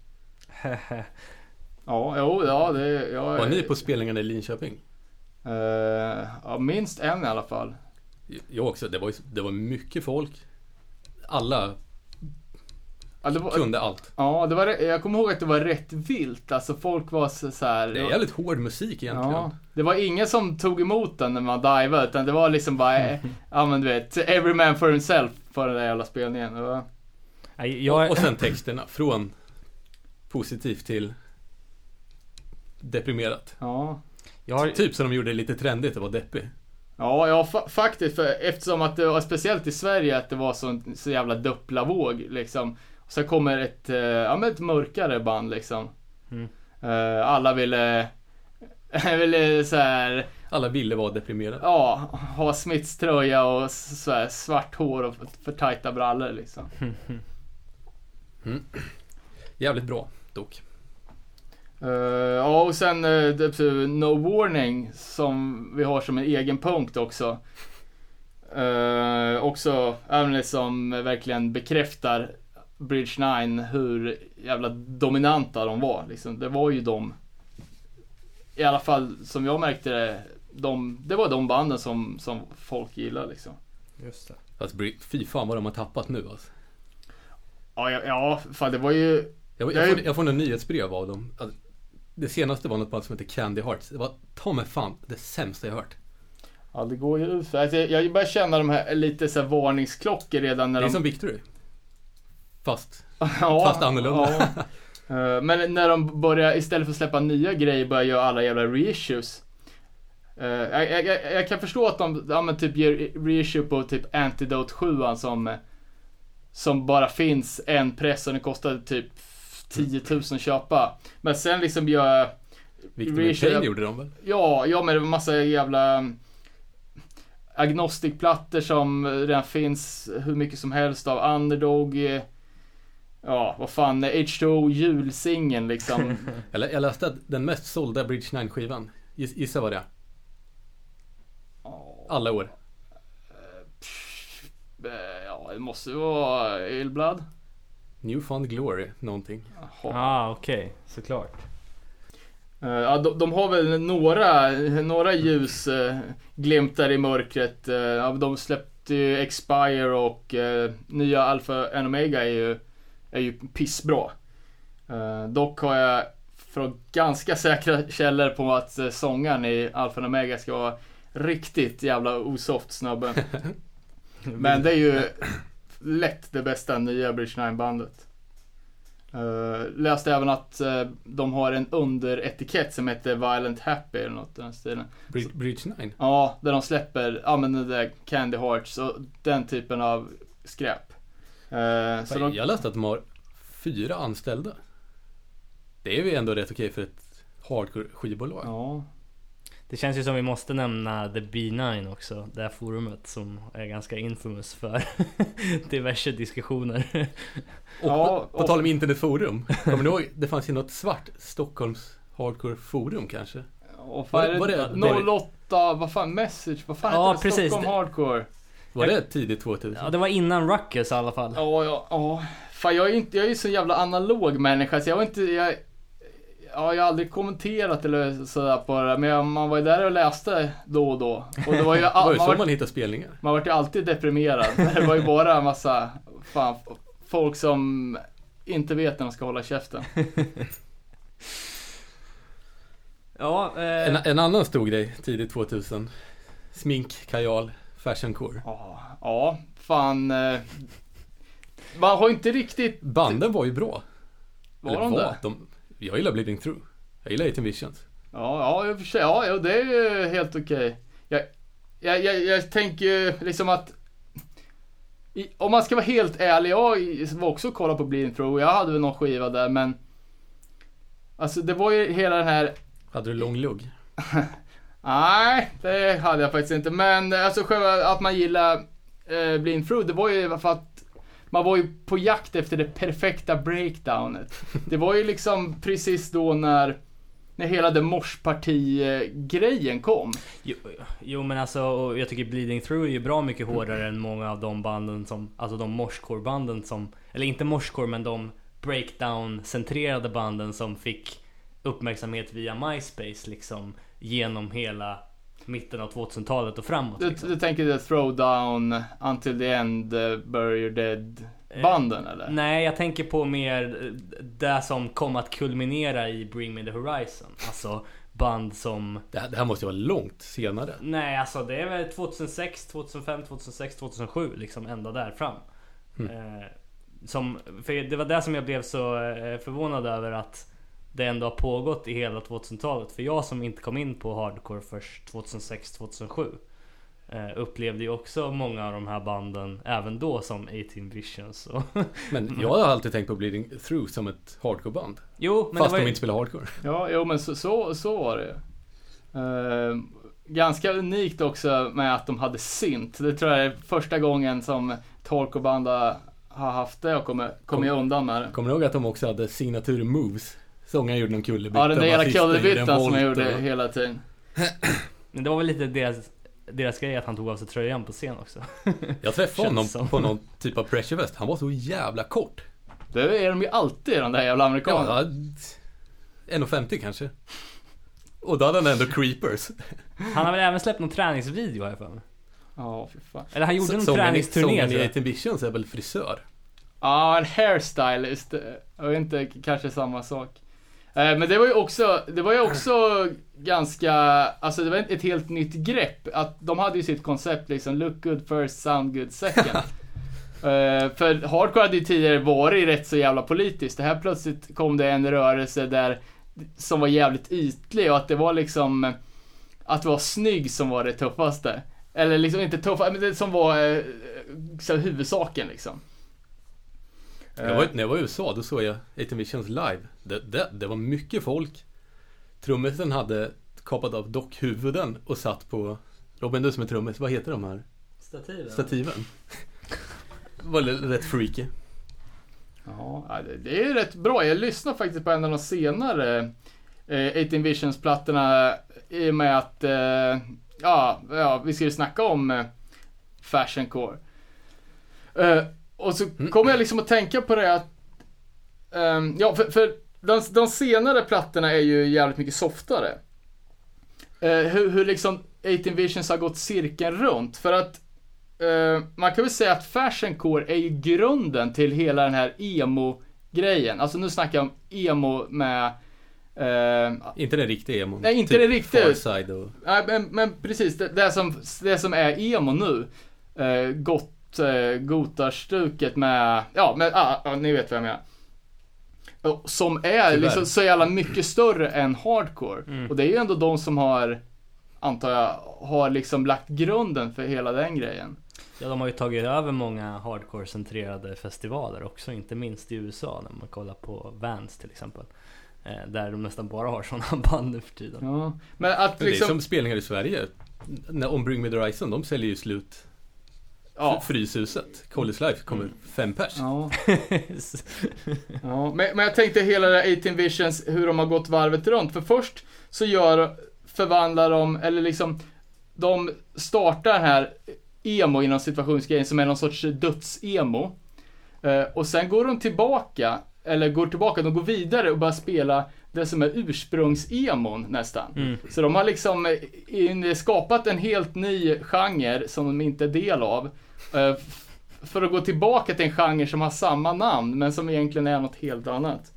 Ja, jo, ja, det... Ja, var ni på spelningarna i Linköping? Uh, ja, minst en i alla fall. Jag också, det var, det var mycket folk. Alla ja, det var, kunde allt. Ja, det var, jag kommer ihåg att det var rätt vilt. Alltså folk var så, så här. Det är jävligt hård musik egentligen. Ja, det var ingen som tog emot den när man divade, utan det var liksom bara, ja men du vet, every man for himself på den där jävla spelningen. Det var... Jag... och, och sen texterna, från positivt till deprimerat. Ja. Jag har... Typ som de gjorde det lite trendigt att vara deppig. Ja, ja fa- faktiskt, för eftersom att det var speciellt i Sverige att det var så, så jävla dubbla våg liksom. Och så kommer ett, uh, ja men ett mörkare band liksom. Mm. Uh, alla ville, ville så här. Alla ville vara deprimerade. Ja, ha Smiths tröja och så här, svart hår och för tajta brallor liksom. Mm. Jävligt bra dock. Uh, ja, och sen uh, No Warning som vi har som en egen punkt också. Uh, också även som verkligen bekräftar Bridge nine hur jävla dominanta de var liksom. Det var ju de, i alla fall som jag märkte det, de, det var de banden som, som folk gillar liksom. Just det. Fast fy fan vad de har tappat nu alltså. Ja, ja, ja fan det var ju Jag, jag, får, jag får en nyhetsbrev av dem. Det senaste var något band som heter Candy Hearts. Det var ta mig fan det sämsta jag hört. Ja, det går ju ut. Alltså, jag börjar känna de här lite så här varningsklockor redan när det är de... som Victory. Fast, ja, fast annorlunda. Ja. Men när de börjar, istället för att släppa nya grejer, börjar göra alla jävla reissues. Jag, jag, jag, jag kan förstå att de ja, men typ ger reissue på typ Antidote sju som, som bara finns en press och den kostade typ tio tusen köpa. Men sen liksom gör Victim and Pain gjorde de väl? Ja, ja men det var massa jävla agnostikplattor som redan finns hur mycket som helst av. Underdog, ja vad fan, H two O julsingen liksom. jag, jag läste att den mest sålda Bridge nine skivan, Giss, gissa vad det är? Alla år. Ja, det måste vara Illblood. Newfound Glory, någonting. Ja, ah, okej, okay. Såklart. Uh, ja, de, de har väl några, några ljus uh, glimtar i mörkret. Uh, de släppte ju Expire och uh, nya Alpha and Omega är ju, är ju pissbra. Uh, dock har jag från ganska säkra källor på att uh, sångaren i Alpha and Omega ska vara riktigt jävla osoft snubben. Men det är ju lätt det bästa nya Bridge nine bandet. Uh, läste även att uh, de har en underetikett som heter Violent Happy eller något den stilen. Bridge, Bridge nine? Ja, där de släpper ja, men det där Candy Hearts och den typen av skräp. Uh, så de... Jag läste att de har fyra anställda. Det är ju ändå rätt okej för ett hardcore skivbolag. Ja. Det känns ju som vi måste nämna The B nine också, det här forumet som är ganska infamous för diverse diskussioner. Och ja, på, på tal om internetforum, kommer ni ihåg, det fanns ju något svart Stockholms hardcore forum kanske? Och fan, var, var det, noll åtta, vad fan, Message, vad fan ja, heter det? Precis. Stockholm Hardcore. Var det tidigt tvåtusen? Ja, det var innan Ruckus i alla fall. Ja, ja, ja. fan jag är inte, jag är ju så jävla analog människa så jag har inte, jag, ja, jag har aldrig kommenterat eller sådär på det, men jag, man var ju där och läste då och då. Och det var ju, Det var ju man så var, man hittar spelningar. man var ju alltid deprimerad. Det var ju bara en massa, fan, folk som inte vet när de ska hålla käften. Ja, eh, En, en annan stor grej, tidigt tvåtusen. Smink, kajal, fashioncore. Ja, ja, fan. Eh, man har inte riktigt... Banden var ju bra. Var Eller de var, det? de, jag gillar Bleeding Through. Jag gillar eighteen Visions. Ja, ja, i och för sig, ja, ja, det är ju helt okej. Jag, jag, jag, jag tänker ju liksom att i, om man ska vara helt ärlig, jag var också och kollade på Bleeding Through. Jag hade väl någon skiva där, men alltså det var ju hela den här... Hade du lång lugg? Nej, det hade jag faktiskt inte. Men alltså själva att man gillar eh, Bleeding Through, det var ju för att man var ju på jakt efter det perfekta breakdownet. Det var ju liksom precis då när när hela det morsparti-grejen kom. Jo, jo men alltså, och jag tycker Bleeding Through är ju bra mycket hårdare än många av de banden som, alltså de morscore-banden som, eller inte morscore men de breakdown-centrerade banden som fick uppmärksamhet via MySpace liksom genom hela mitten av tvåtusentalet och framåt. Du, liksom. du tänker det Throwdown, Until the End, uh, Bury Your Dead banden eller? Nej, jag tänker på mer det som kom att kulminera i Bring Me The Horizon. Alltså band som... Det här, det här måste ju vara långt senare. Nej, alltså det är väl tjugohundrasex, tjugohundrafem, tjugohundrasex, tjugohundrasju liksom ända där fram. Mm. Eh, som, för det var det som jag blev så eh, förvånad över, att det ändå har pågått i hela tvåtusentalet. För jag som inte kom in på hardcore först tjugohundrasex, tjugohundrasju eh, upplevde ju också många av de här banden även då som eighteen Visions och Men jag har alltid tänkt på Bleeding Through som ett hardcore-band. jo, men Fast det var de ju... inte spelar hardcore. Ja, jo men så, så, så var det. Uh, ganska unikt också med att de hade synt. Det tror jag är första gången som ett hardcore-band har haft det och kommer, kommer Kom, undan med det. Kommer du ihåg att de också hade signatur moves? Sångaren gjorde någon kullerbytta. Ja, den där jävla basisten gjorde en kullerbyttan som jag volt gjorde och- hela tiden. Men det var väl lite deras, deras grej att han tog av sig tröjan på scen också. Jag träffade honom Känns som. på någon typ av pressure vest. Han var så jävla kort. Det är de ju alltid, de där jävla amerikanerna. Ja, en komma femtio kanske. Och då hade han ändå creepers. Han har väl även släppt någon träningsvideo här för mig. Ja, fy fan. Eller han gjorde en Sångaren i- träningsturné Sångaren i tror jag. eighteen Visions är väl frisör? Ja, en hairstylist. Jag vet inte, kanske samma sak. Eh, Men det var ju också, det var ju också ganska, alltså det var ett helt nytt grepp. Att de hade ju sitt koncept liksom, look good first, sound good second. Eh, För hardcore hade ju tidigare varit rätt så jävla politiskt. Det här plötsligt kom det en rörelse där som var jävligt ytlig och att det var liksom att vara snygg som var det tuffaste. Eller liksom inte tuffa, men det som var eh, så huvudsaken liksom. Jag var, när jag var i U S A då såg jag eighteen Visions live. Det, det, det var mycket folk. Trummisen hade kapat av dockhuvuden och satt på... Robin, du som är trummis, vad heter de här Stativen. stativen? Var rätt freaky. Ja, det- det är rätt bra. Jag lyssnar faktiskt på en av de senare eh, eighteen Visions-plattorna i och med att eh, ja, ja, vi ska ju snacka om eh, fashioncore. Eh, och så kommer jag liksom att tänka på det att ehm, ja, för, för de, de senare plattorna är ju jävligt mycket softare. Eh, hur, hur liksom eighteen Visions har gått cirkeln runt. För att eh, man kan väl säga att fashioncore är ju grunden till hela den här emo-grejen. Alltså nu snackar jag om emo med eh, Inte den riktiga emo. Nej, inte typ den riktiga. Farside och... nej, men, men precis, det, det, som, det som är emo nu, eh, gott eh, gotarstuket med, ja, men, ah, ah, ni vet vad jag menar. Och som är Tyvärr. liksom så jävla mycket större än hardcore. Mm. Och det är ju ändå de som har, antar jag, har liksom lagt grunden för hela den grejen. Ja, de har ju tagit över många hardcore-centrerade festivaler också, inte minst i U S A när man kollar på Vans till exempel. Eh, där de nästan bara har sådana band nu för tiden. Ja. Men att Men det är liksom, som spelningar i Sverige. När om Bring Me The Horizon, de säljer ju slut ja. Fryshuset. College Life kommer Mm. fem pers. Ja. Ja, men, men jag tänkte hela det här eighteen Visions, hur de har gått varvet runt. För först så gör, förvandlar de, eller liksom, de startar här emo inom situationsgrejen som är någon sorts döds-emo. Uh, och sen går de tillbaka, eller går tillbaka, de går vidare och börjar spela det som är ursprungs-emon nästan. Mm. Så de har liksom in, skapat en helt ny genre som de inte är del av. Uh, f- för att gå tillbaka till en genre som har samma namn, men som egentligen är något helt annat.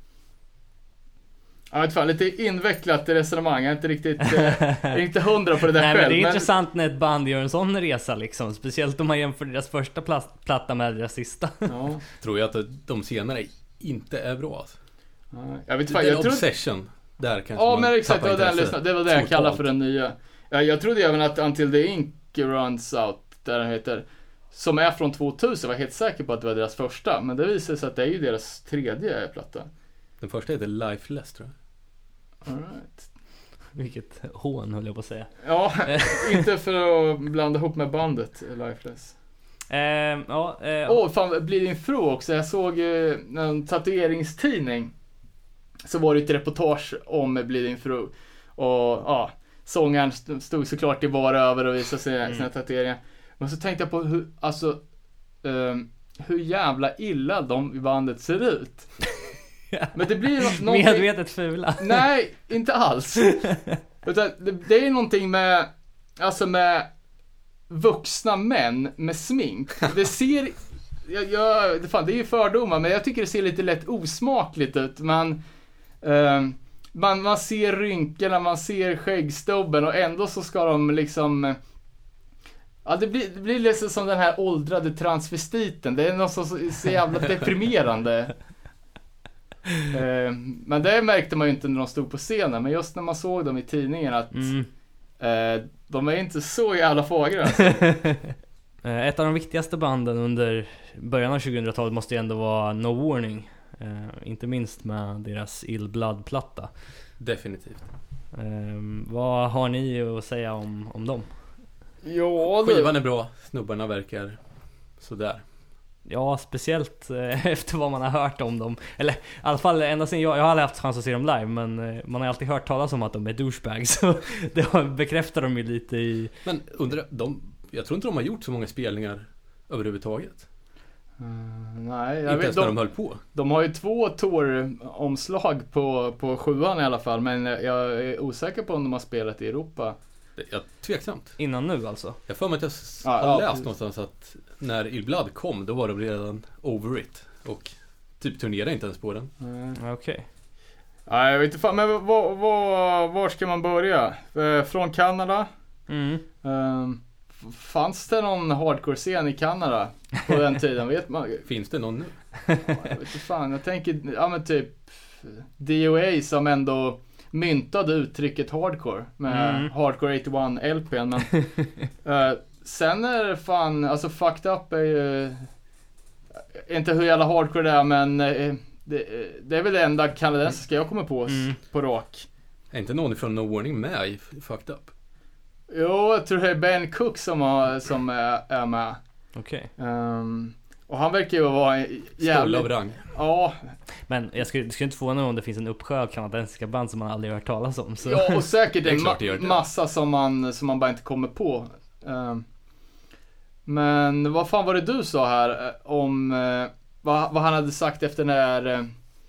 Jag vet fan, lite invecklat i resonemang. Jag är inte riktigt, eh, jag är inte hundra på det där. Nej, själv. men det är men... intressant när ett band gör en sån resa liksom. Speciellt om man jämför deras första plas- platta med deras sista. Ja. Tror jag att de senare inte är bra. Alltså. Ja, jag vet fan, Den jag tror... Obsession. Där kanske Ja, man men exakt, det tappar var, den intresse. lyssna... det var det jag Totalt. kallar för den nya. Ja, jag trodde även att Until the Ink Runs Out, där den heter, som är från tvåtusen, var helt säker på att det var deras första. Men det visade sig att det är ju deras tredje platta. Den första heter Lifeless, tror jag. All right. Vilket hån höll jag på att säga. Ja, inte för att blanda ihop med bandet Lifeless. Eh, ja, eh, Åh, oh, fan, Bleeding Through också. Jag såg eh, en tatueringstidning. Så var det ett reportage om Bleeding Through. Och ja, sångaren stod såklart i var över och visade sina, Mm. sina tatueringar. Men så tänkte jag på hur, alltså, eh, hur jävla illa de i bandet ser ut. Men det blir nå- någonting... medvetet fula. Nej, inte alls. Utan det, det är någonting med, alltså med vuxna män med smink. Det ser, jag, jag, det, fan, det är ju fördomar, men jag tycker det ser lite lätt osmakligt ut. Man, eh, man, man ser rynkorna, man ser skäggstubben och ändå så ska de liksom... Ja, det blir, det blir liksom som den här åldrade transvestiten. Det är något så, så jävla deprimerande. Eh, men det märkte man ju inte när de stod på scenen. Men just när man såg dem i tidningen att Mm. eh, de är inte så jävla fagra. Alltså. Eh, Ett av de viktigaste banden under början av tjugohundratalet måste ju ändå vara No Warning. Eh, inte minst med deras Ill Blood-platta. Definitivt. Eh, vad har ni att säga om, om dem? Ja, Skivan är bra. Snubbarna verkar sådär. Ja, speciellt eh, efter vad man har hört om dem. Eller i alla fall ända sen jag, jag har aldrig haft chans att se dem live, men eh, man har alltid hört talas om att de är douchebags. Så det har, bekräftar de ju lite i... Men undrar, de, jag tror inte de har gjort så många spelningar överhuvudtaget. Mm, nej, jag Inte vet, ens när de, de höll på. de har ju två tour-omslag på, på sjuan i alla fall. Men jag är osäker på om de har spelat i Europa. Det- Jag tveksamt. Innan nu alltså. Jag får mig att jag s- Ja, har ja, läst precis. någonstans att när Ill Blood kom, då var de redan over it. Och typ turnerade inte ens på den. Mm. Okej. Nej, jag vet inte fan, men var, var, var ska man börja? Eh, från Kanada? Mm. Um, f- fanns det någon hardcore-scen i Kanada på den tiden? Vet man? Finns det någon nu? Ja, jag vet inte fan, jag tänker, ja men typ D O A som ändå myntade uttrycket hardcore med Mm. Hardcore åttioett L P. Men eh, sen är det fan, alltså Fucked Up är ju inte hur jävla hardcore det är, men eh, det, det är väl det enda kanadensiska jag kommer på Mm. på rak. Är inte någon från No Warning med i Fucked Up? Jo, jag tror det är Ben Cook som, har, som är, är med. Okej. Um, och han verkar ju vara en Stolle jävligt... av rang. Ja, Men jag skulle, det skulle inte förvåna mig om det finns en uppsjö av kanadensiska band som man aldrig har hört talas om. Så. ja, och säkert Det är en klart det ma- gör det. massa som man, som man bara inte kommer på. Um, men vad fan var det du sa här eh, om eh, vad, vad han hade sagt efter den här uh,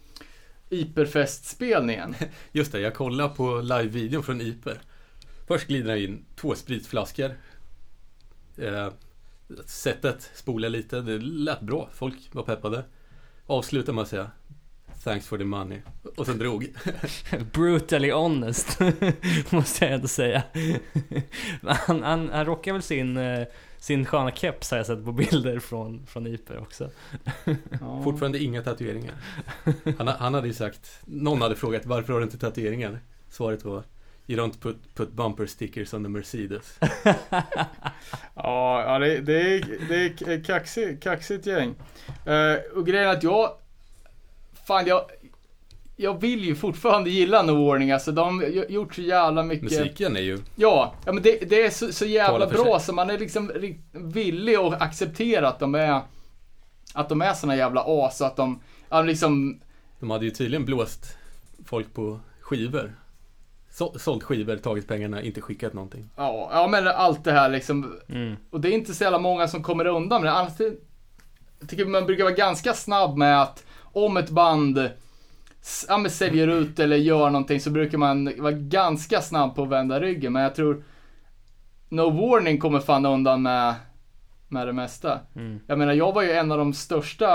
Iperfest-spelningen? Just det, jag kollar på live-videon från Iper. Först glider han in två spritflaskor. Eh, sättet spolar lite, det lät bra. Folk var peppade. Avslutar med att säga thanks for the money. Och sen drog. Brutally honest, måste jag ändå säga. Men han, han, han rockar väl sin, eh, sin sköna keps har jag sett på bilder från, från Iper också. Ja. Fortfarande inga tatueringar. Han, han hade ju sagt, någon hade frågat varför har du inte tatueringar? Svaret var you don't put, put bumper stickers on the Mercedes. Ja, ja det, det, är, det är kaxigt, kaxigt gäng. Uh, och grejen är att jag fan, jag jag vill ju fortfarande gilla No Warning. Alltså de har gjort så jävla mycket. Musiken är ju Ja, ja men det, det är så, så jävla Tala för bra sig. så man är liksom ri- villig att acceptera att de är att de är såna jävla as, att de ja, liksom de hade ju tydligen blåst folk på skivor. Så, sålt skivor, tagit pengarna, inte skickat någonting. ja, ja men allt det här liksom. Mm. Och det är inte så jävla många som kommer undan med det. Alltid, jag tycker man brukar vara ganska snabb med att om ett band ja, men säljer ut eller gör någonting så brukar man vara ganska snabb på att vända ryggen. Men jag tror No Warning kommer fan undan med, med det mesta. Mm. Jag menar, jag var ju en av de största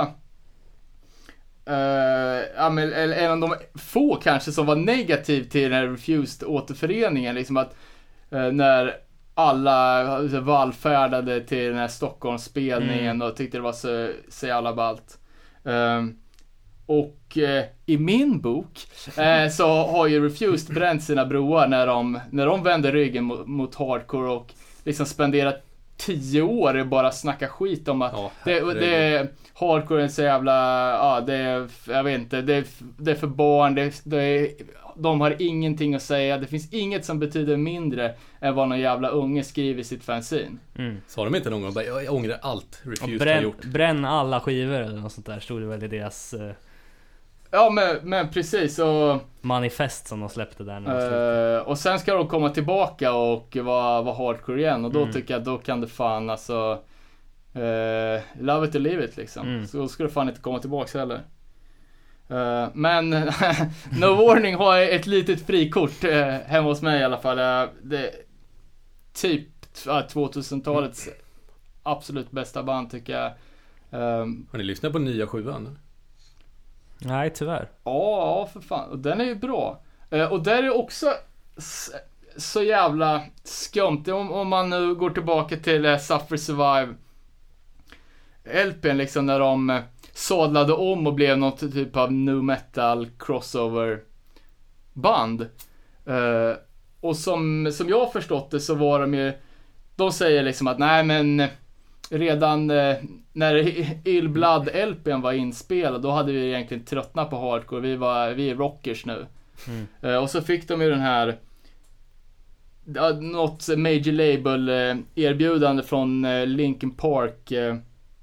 uh, ja, men, eller en av de få kanske som var negativ till den här Refused återföreningen. Liksom att uh, när alla alltså, vallfärdade till den här Stockholmsspelningen mm. och tyckte det var så, så jävla ballt. Um, och eh, i min bok eh, så har ju Refused bränt sina broar när de, när de vände ryggen mot, mot hardcore och liksom spenderat tio år och bara snacka skit om att oh, det, det hardcore är så jävla, ja det är, jag vet inte, det är, det är för barn, det, det är, de har ingenting att säga, det finns inget som betyder mindre än vad någon jävla unge skriver i sitt fanzine. Mm. Sa de inte någon gång, jag, jag ångrar allt Refused bränn, har gjort. Bränn alla skivor eller något sånt där, stod det väl i deras uh... ja men, men precis och, manifest som de släppte där när de uh, släppte. Och sen ska de komma tillbaka och vara, vara hardcore igen och då mm. tycker jag då kan det fan alltså uh, love it or leave it liksom. Mm. Så då ska det fan inte komma tillbaka heller. Uh, men No Warning har ett litet frikort uh, hemma hos mig i alla fall. Uh, det typ uh, tvåtusentalets absolut bästa band tycker jag. Um, har ni lyssnat på nya sjuan? Nej, tyvärr. Ja, ja, för fan. Och den är ju bra. Uh, och där är också s- så jävla skumt. Om, om man nu går tillbaka till uh, Suffer Survive L P:n liksom när de uh, sadlade om och blev något typ av nu metal crossover band. Uh, och som, som jag har förstått det så var de ju, de säger liksom att nej men redan uh, när Ill Blood L P:n var inspelad då hade vi egentligen tröttnat på hardcore, vi, var, vi är rockers nu. Mm. Uh, och så fick de ju den här uh, något major label uh, erbjudande från uh, Linkin Park uh,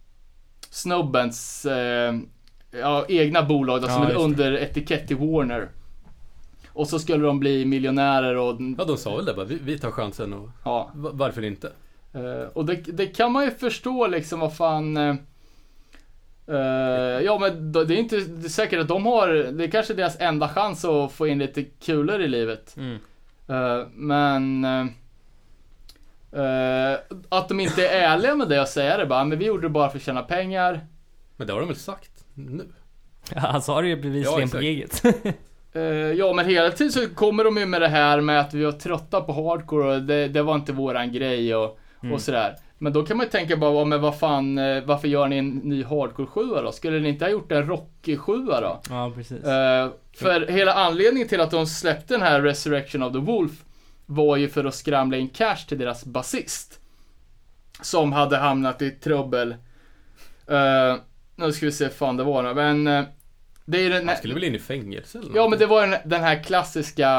snubbens eh, ja, egna bolag då, som ja, är under etikett i Warner. Och så skulle de bli miljonärer och ja, de sa väl det bara, vi, vi tar chansen och ja. v- varför inte? Uh, och det, det kan man ju förstå liksom vad fan uh, uh, ja men då, det är inte det är säkert att de har, det är kanske deras enda chans att få in lite kulor i livet. Mm. Uh, men uh, Uh, att de inte är ärliga med det och säger det bara, men vi gjorde det bara för att tjäna pengar. Men det har de väl sagt nu? Ja, alltså har det ju bevisligen ja, på giget. uh, Ja, men hela tiden så kommer de ju med det här med att vi var trötta på hardcore och det, det var inte våran grej och, mm. och sådär. Men då kan man ju tänka bara, men vad fan, varför gör ni en ny hardcore sjua då? Skulle ni inte ha gjort en rock sjua då? Ja, precis. Uh, för hela anledningen till att de släppte den här Resurrection of the Wolf var ju för att skramla in cash till deras basist som hade hamnat i trubbel. Uh, nu ska vi se fan det var, men uh, det är den här, han skulle väl in i fängelse eller något? Ja, men det var den, den här klassiska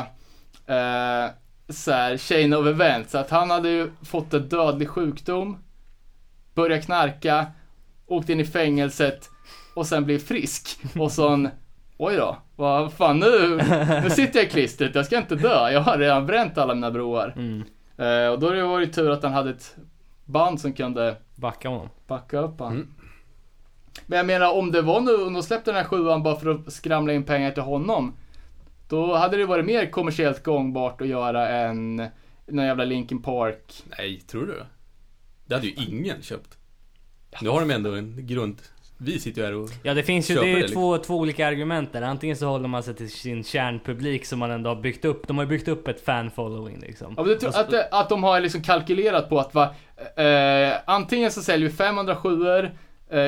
uh, så här, chain of events, att han hade ju fått en dödlig sjukdom, började knarka, åkte in i fängelset och sen blev frisk och sån oj då, vad fan nu, nu sitter jag i klistret, jag ska inte dö, jag har redan bränt alla mina broar. Mm. Uh, och då var det tur att han hade ett band som kunde backa honom. Backa upp han. Mm. Men jag menar, om det var nu, om de släppte den här sjuan bara för att skramla in pengar till honom, då hade det varit mer kommersiellt gångbart att göra en någon jävla Linkin Park. Nej, tror du det? Det hade ju ingen köpt. Nu har de ändå en grund. Vi sitter ju här och ja, det finns ju det är det, liksom. två, två olika argument där. Antingen så håller man sig till sin kärnpublik som man ändå har byggt upp. De har byggt upp ett fan-following liksom. Ja, men det tror, att, att, att de har liksom kalkylerat på att va, eh, antingen så säljer vi femhundrasjuor eh,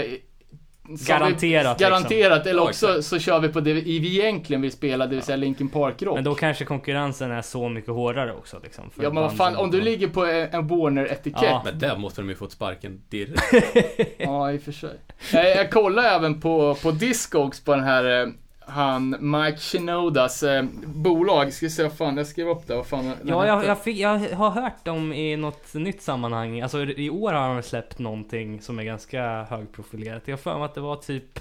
garanterat vi, garanterat liksom. Eller också ja, så kör vi på det vi egentligen vill spela, det vill säga Linkin Park rock. Men då kanske konkurrensen är så mycket hårdare också liksom, ja, men vad fan, om du ligger på en Warner-etikett ja. Men där måste de ju fått sparken direkt. Ja, i och för sig. Jag, jag kollar även på, på Discogs på den här han Mike Shinodas eh, bolag. Ska se vad fan jag skrev upp det. Vad fan ja, jag, jag, fick, jag har hört dem i något nytt sammanhang. Alltså i år har de släppt någonting som är ganska högprofilerat. Jag för mig att det var typ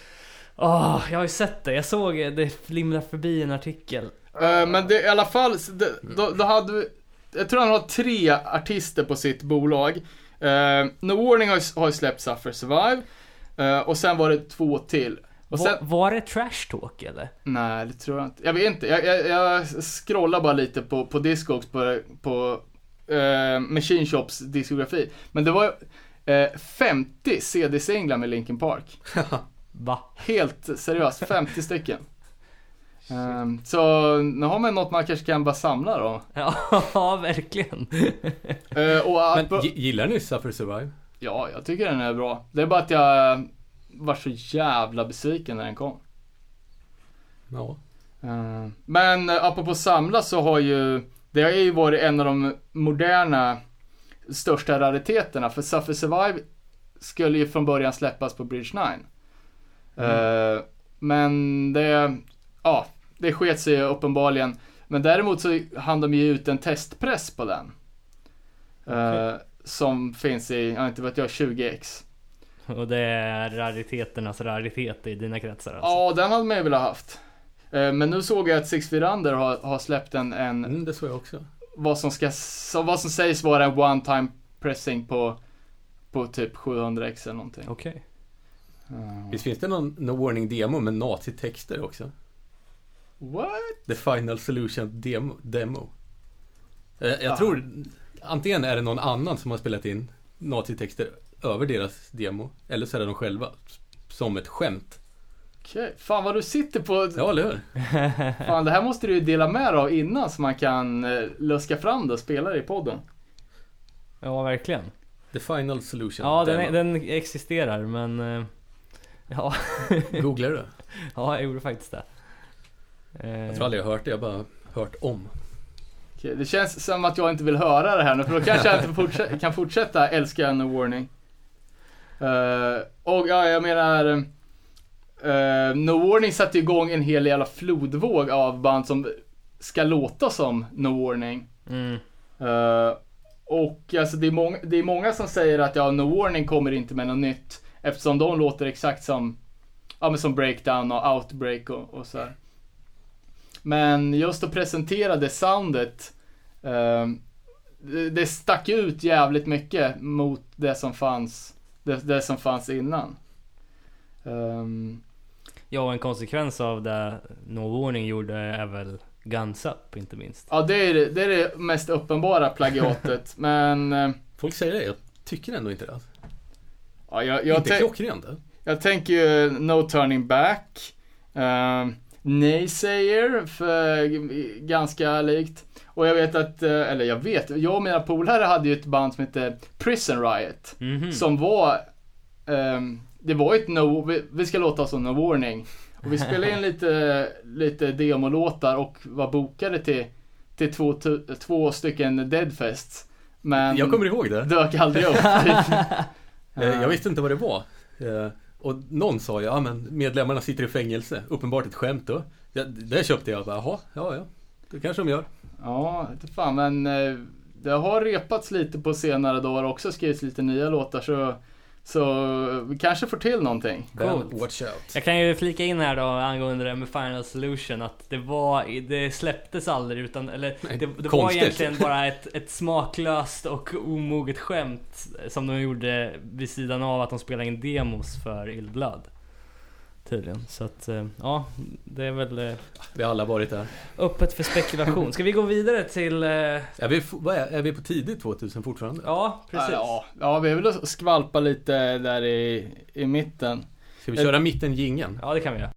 åh, oh, jag har ju sett det. Jag såg det flimra förbi en artikel. Uh, men det, i alla fall det, då, då hade vi, jag tror han har tre artister på sitt bolag. Uh, No Warning har, har släppt Suffer Survive. Uh, och sen var det två till. Och sen, var, var det Trash Talk eller? Nej, det tror jag inte. Jag vet inte. Jag, jag, jag scrollar bara lite på, på Discogs på, på uh, Machine Shops diskografi. Men det var uh, femtio C D-singlar med Linkin Park. Va? Helt seriöst, femtio stycken. Um, så nu har man något man kanske kan bara samla då. Ja, verkligen. uh, och att, Men gillar ni Suffer Survive? Ja, jag tycker den är bra. Det är bara att jag var så jävla besviken när den kom. Ja. Uh, men uh, apropå samla så har ju det har ju varit en av de moderna största rariteterna. För Suffer Survive skulle ju från början släppas på Bridge nine. Mm. Uh, men det ja, det sket sig uppenbarligen. Men däremot så hann de ju ut en testpress på den. Okay. Uh, som finns i, jag inte vet jag, tjugo ex. Och det är rariteternas raritet i dina kretsar alltså. Ja, den hade man ju velat haft. Uh, men nu såg jag att Six Feet Under har, har släppt en, en mm, det såg jag också. Vad som ska, vad som sägs vara en one time pressing på på typ sjuhundra ex eller någonting. Okej. Okay. Uh. Visst finns det någon No Warning demo med nazi-texter också? What? The Final Solution demo. demo. Eh, jag ah. tror antingen är det någon annan som har spelat in nazi-texter över deras demo, eller så är det de själva som ett skämt. Okej, okay. Fan vad du sitter på. Ja, eller hur? Fan, det här måste du ju dela med dig av innan så man kan eh, luska fram det och spela det i podden. Ja, verkligen. The Final Solution. Ja, den, är, den existerar, men eh, ja. Googlar du? Ja, jag gjorde faktiskt det. Jag tror aldrig jag har hört det, jag har bara hört om. Okej, det känns som att jag inte vill höra det här nu, för då kanske jag inte fortsätta, kan fortsätta älska No Warning. Uh, och ja, jag menar uh, No Warning satte igång en hel jävla flodvåg av band som ska låta som No Warning. Mm. Uh, och alltså det är, många, det är många som säger att ja, No Warning kommer inte med något nytt, eftersom de låter exakt som ja, men som Breakdown och Outbreak och, och så här. Men just att presentera det soundet uh, det, det stack ut jävligt mycket mot det som fanns det, det som fanns innan. Um, ja, och en konsekvens av det No Warning gjorde är väl Guns Up, inte minst. Ja, det är det, det, är det mest uppenbara plagiatet. Men uh, folk säger det, jag tycker ändå inte det. Ja, jag, jag inte tänk, klockrent. Jag tänker ju No Turning Back. Uh, Naysayer för ganska likt. Och jag vet att, eller jag vet, jag och mina polare hade ju ett band som hette Prison Riot. Mm-hmm. Som var um, det var ett no, vi, vi ska låta som No Warning. Och vi spelade in lite, lite demolåtar och var bokade till, till två, t- två stycken Deadfests. Men jag kommer ihåg det. Dök aldrig upp. Jag visste inte vad det var. Och någon sa, ja men medlemmarna sitter i fängelse. Uppenbart ett skämt då. Det, det köpte jag bara, jaha, ja ja. Det kanske de gör. Ja, inte fan, men det har repats lite på senare dagar också, skrivits lite nya låtar, så, så vi kanske får till någonting. Well, watch out. Jag kan ju flika in här då angående det med Final Solution, att det var, det släpptes aldrig, utan, eller Nej, det, det var egentligen bara ett, ett smaklöst och omoget skämt som de gjorde vid sidan av att de spelade in demos för Ill Blood. Tydligen. Så att, ja, det är väl vi har alla varit där. Öppet för spekulation. Ska vi gå vidare till är vi, vad är, är vi på tidigt tvåtusen fortfarande? Ja, precis. Ja, ja, vi vill skvalpa lite där i, i mitten. Ska vi köra mitten jingeln? Ja, det kan vi göra.